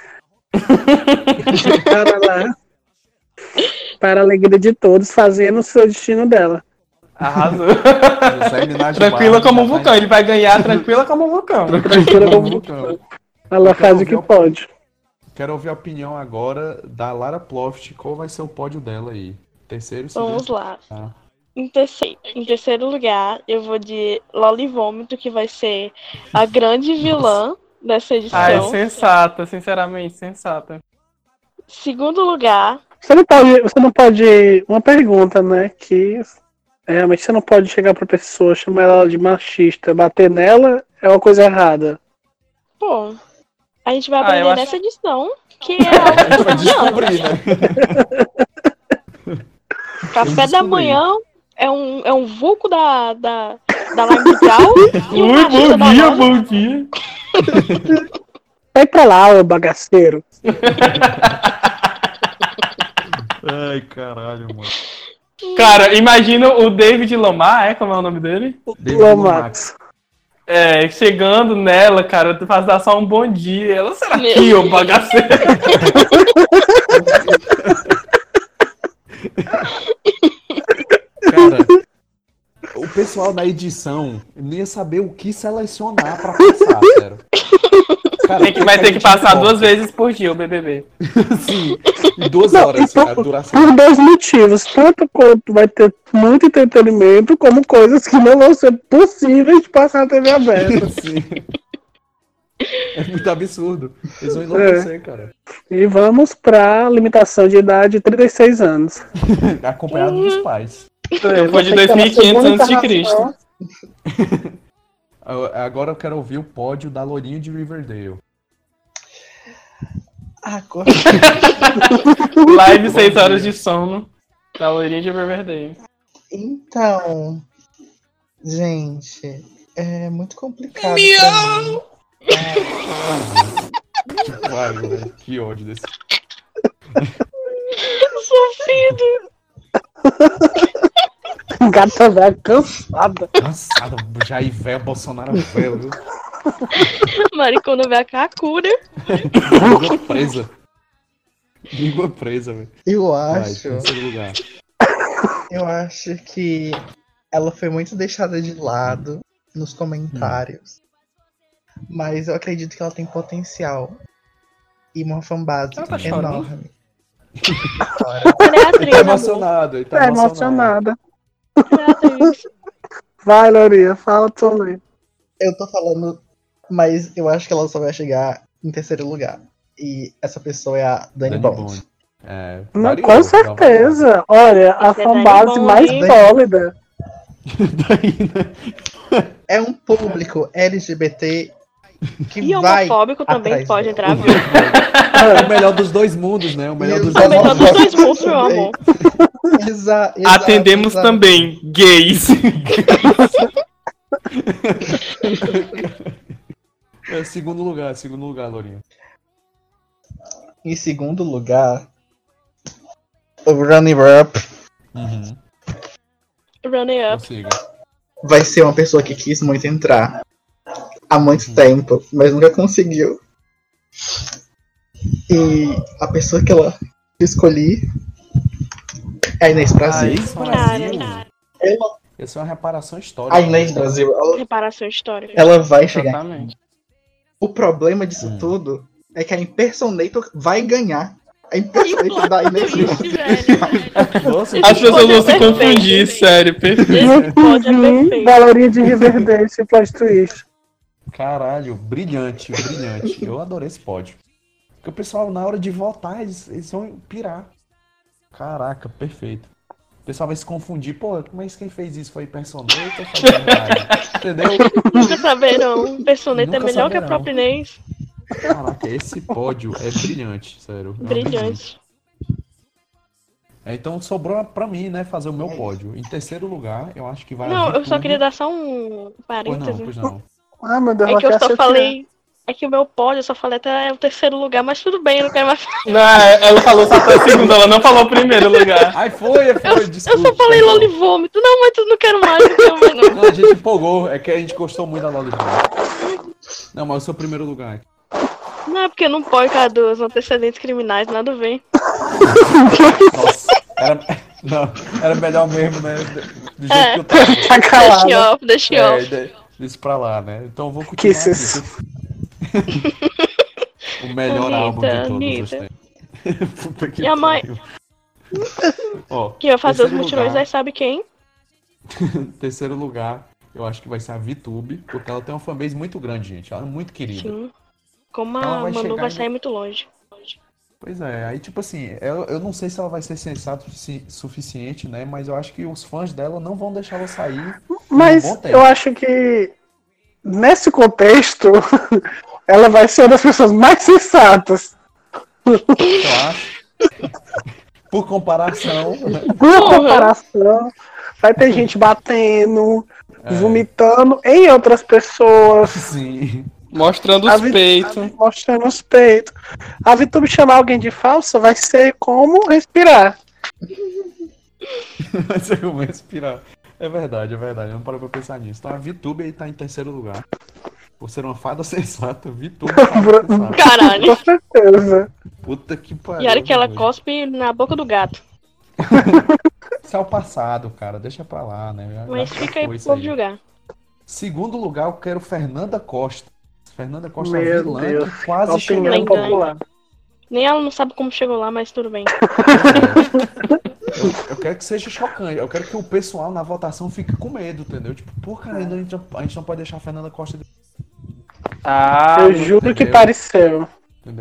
Para lá. Para a alegria de todos, fazendo o seu destino dela. Arrasou. José Minaj Tranquila Barbie como um já tá vulcão. Ele vai ganhar tranquila como um vulcão. Tranquila em- como Vulcão. ela Eu faz o quero que ver o- pode. Quero ouvir a opinião agora da Lara Ploft. Qual vai ser o pódio dela aí? Terceiro, segundo. Vamos lá. Ah. Em terceiro, em terceiro lugar, eu vou de Loli Vômito, que vai ser a grande vilã dessa edição. Ah, é sensata, sinceramente, sensata. Segundo lugar. Você não pode. Você não pode. Uma pergunta, né? Que. É, mas você não pode chegar pra pessoa, chamar ela de machista, bater nela é uma coisa errada. Pô, a gente vai Ah, aprender eu acho- nessa edição, que é algo A gente vai cotidiano. descobrir, né? Café da descobrir. manhã é um, é um vulco da, da, da Live Mundial e um Ui, machista bom da dia, loja. bom dia. Vai pra lá, ô bagaceiro. Ai, caralho, mano. Cara, imagina o David Lamar, é como é o nome dele? David Lomax. É, chegando nela, cara, tu faz dar só um bom dia. Ela, será Meu. que ô bagaceiro? Cara, o pessoal na edição não ia saber o que selecionar pra passar, sério. Cara, Tem que, vai a ter que gente passar volta. duas vezes por dia o B B B. Sim, e duas Não, horas então, a duração. por dois motivos. Tanto quanto vai ter muito entretenimento, como coisas que não vão ser possíveis de passar na T V aberta. Sim. É muito absurdo. Eles vão enlouquecer, cara. E vamos pra limitação de idade trinta e seis anos. Acompanhado dos pais. Foi de dois mil e quinhentos antes de Cristo. Agora eu quero ouvir o pódio da Lourinha de Riverdale. Agora. Live seis horas de sono. Da loirinha de Riverdale. Então. Gente. É muito complicado. Pra mim. Que pariu, velho. Que ódio desse. Sofrido. Gata velha cansada. Cansada, Jair velho, Bolsonaro velho, viu? Maricona vai a cura. Língua presa. Língua presa, velho. Eu Vai, acho. terceiro lugar. Eu acho que ela foi muito deixada de lado nos comentários. Mas eu acredito que ela tem potencial. E uma fanbase Ela tá chorando? enorme. Ela é Ele atriz, tá amor. emocionado, ele tá Tá emocionado. emocionada. Ela é atriz. Vai, Loria, fala também. Eu tô falando, mas eu acho que ela só vai chegar em terceiro lugar. E essa pessoa é a Dani Dani Bond. Bond. É, Não, variou, com dá uma certeza. Olha, a Você é fanbase Dani mais Bond. sólida. variada. É um público L G B T que E vai homofóbico também atrás pode dela. entrar, viu? É o melhor dos dois mundos, né? O melhor dos É O dois melhor mundos. dos dois mundos, meu amor. Exa- exato, Atendemos exato. também gays. É, segundo lugar, segundo lugar, Lourinha. Em segundo lugar, o Runner Up Uhum. Running up. Prossiga. vai ser uma pessoa que quis muito entrar há muito tempo, mas nunca conseguiu. E a pessoa que ela escolhi é a Inês Ah, Brasil. isso, Cara, Brasil. Ela- Isso é uma reparação histórica. a Inês Brasil, ela, Reparação histórica. ela vai chegar. Exatamente. O problema disso Hum. tudo é que a Impersonator vai ganhar. A Impersonator da Inês Brasil. Triste, velho. Nossa, As pessoas vão se Perfeito. confundir, sério, perfeito. Esse pódio é Uhum, perfeito. Valoria de Riverdale, esse plot twist. caralho, brilhante, brilhante. Eu adorei esse pódio. Porque o pessoal, na hora de votar, eles, eles vão pirar. Caraca, perfeito. O pessoal vai se confundir. Pô, mas quem fez isso foi Personator ou foi verdade? Entendeu? Nunca saberão. O personagem é Nunca melhor que a saberão. própria Inês. Caraca, esse pódio é brilhante, sério. É um Brilhante. É, então sobrou pra mim, né, fazer o meu pódio. Em terceiro lugar, eu acho que vai. Não, a eu só Vitube. queria dar só um Pois não, parêntese. pois não. Ah, meu Deus, É ela que eu quer só chatear. falei. É que o meu pódio, eu só falei até o terceiro lugar, mas tudo bem, eu não quero mais falar. Não, ela falou só até o segundo, ela não falou o primeiro lugar. Ai, foi, foi, Eu desculpa. só falei perdão. Loli Vômito. Não, mas eu não quero mais, não quero mais não. Não, a gente empolgou, é que a gente gostou muito da Loli Vômito. Não, mas o seu primeiro lugar. Não, é porque não pode ficar dos antecedentes criminais, nada a ver. Nossa, era, não, era melhor mesmo, né? Do jeito É. que eu tava. Tá Deixa calada. off, deixa É, off. de- deixa pra lá, né? Então eu vou Que continuar isso? aqui. O melhor Anitta, álbum de todos Anitta. os tempos. Puta que E a mãe- pariu. Ó, Quem vai fazer os terceiro mutirões lugar. aí sabe quem? Terceiro lugar, eu acho que vai ser a VTube, porque ela tem uma fanbase muito grande, gente. Ela é muito querida. Sim. Como Ela a vai Manu chegar vai em- sair muito longe. Pois é, aí tipo assim, eu, eu não sei se ela vai ser sensata o sufici- suficiente, né? Mas eu acho que os fãs dela não vão deixar ela sair por um Mas bom tempo. eu acho que nesse contexto ela vai ser uma das pessoas mais sensatas. Eu acho. Por comparação, né? Por comparação, vai ter gente batendo, É. vomitando em outras pessoas. Sim. Mostrando A os Vi- peitos. Mostrando os peitos. A VTube chamar alguém de falsa vai ser como respirar. Vai ser como respirar. É verdade, é verdade. Eu não parei pra pensar nisso. Então a VTube aí tá em terceiro lugar. Por ser uma fada sensata, VTube fada sensata. Caralho. Com certeza. Puta que pariu. E olha que ela meu. cospe na boca do gato. Isso é o passado, cara. Deixa pra lá, né? Já- Mas já fica aí foi pro isso povo julgar. Segundo lugar, eu quero Fernanda Costa. Fernanda Costa é a Meu vilã Deus. que quase chegou. Opinião Nem ganha. popular. Nem ela não sabe como chegou lá, mas tudo bem. Eu, eu quero que seja chocante. Eu quero que o pessoal na votação fique com medo, entendeu? Tipo, pô, cara, ainda a gente, não- a gente não pode deixar a Fernanda Costa. de- Ah, Eu juro que entendeu? pareceu. Entendeu?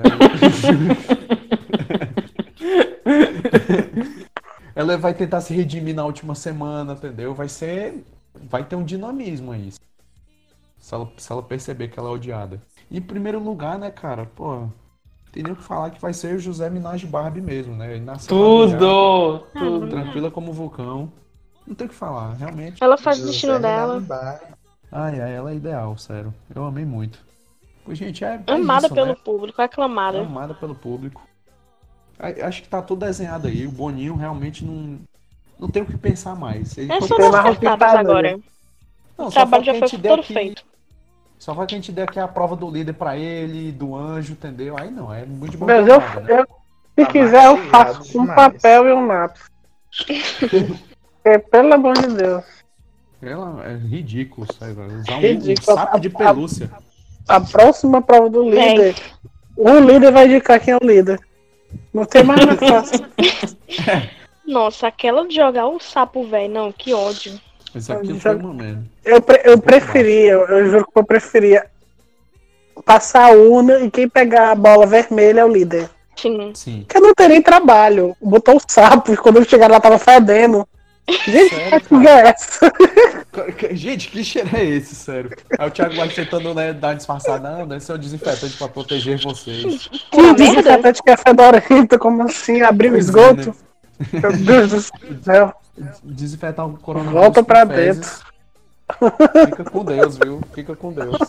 Ela vai tentar se redimir na última semana, entendeu? Vai ser. Vai ter um dinamismo aí. Se ela, se ela perceber que ela é odiada. E em primeiro lugar, né, cara, pô. Tem nem o que falar que vai ser o José Minaj Barbie mesmo, né? Ele nasceu lá tudo! Ah, Tudo. não- tranquila como um vulcão. Não tem o que falar, realmente. Ela faz o José destino dela. Minaj. Ai, ai, ela é ideal, sério. Eu amei muito. Pois, gente, é, é Amada isso, pelo né? público, aclamada. Amada pelo público. A- Acho que tá tudo desenhado aí. O Boninho realmente não, não tem o que pensar mais. Ele É só só tem nas mais cartadas hospital, agora. Não, O só trabalho falta já que a foi gente dê todo aqui- feito. Só vai que a gente der aqui a prova do líder pra ele, do anjo, entendeu? Aí não, é muito de bom Mas eu, nada, né? eu- se Tá quiser, eu mastigado faço um demais. papel e um lápis. Porque, pelo amor de Deus. Ela é ridículo, sabe? Usar um, um Ridículo. sapo de pelúcia. A próxima prova do líder, o líder vai indicar quem é o líder. Não tem mais na classe. Nossa, aquela de jogar o sapo, velho. Não, que ódio. Isso aqui Já- foi uma merda. Eu, pre- eu preferia, eu, eu juro que eu preferia passar a urna e quem pegar a bola vermelha é o líder. Sim. Sim. Porque eu não teria trabalho. Botou o sapo e quando eu chegar lá tava fedendo. Gente, Sério, que porra é essa? Gente, que cheiro é esse, sério? Aí o Thiago vai tentando, né, dar uma disfarçada. Não, esse é o desinfetante pra proteger vocês. Que desinfetante que é fedorento, como assim? Abrir o Pois é, esgoto? né? Meu Deus do céu. Desinfetar o coronavírus. Volta com pra fezes. Fica com Deus, viu? Fica com Deus.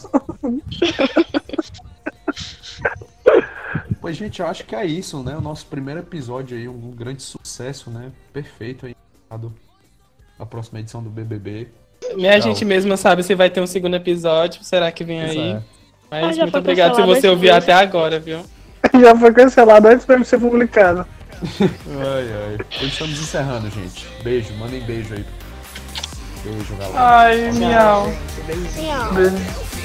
Pois, gente, eu acho que é isso, né? O nosso primeiro episódio aí, um grande sucesso, né? Perfeito aí. A próxima edição do B B B. Minha Tchau. gente mesma sabe se vai ter um segundo episódio. Será que vem Pois aí? é. Mas Ah, já muito foi obrigado se cancelado você esse ouviu vídeo. até agora, viu? Já foi cancelado antes mesmo de ser publicado. Ai, ai. Pois estamos encerrando, gente. Beijo, mandem beijo aí. Beijo, galera. Ai, miau. Gente, beijinho. Sim, ó. Beijo.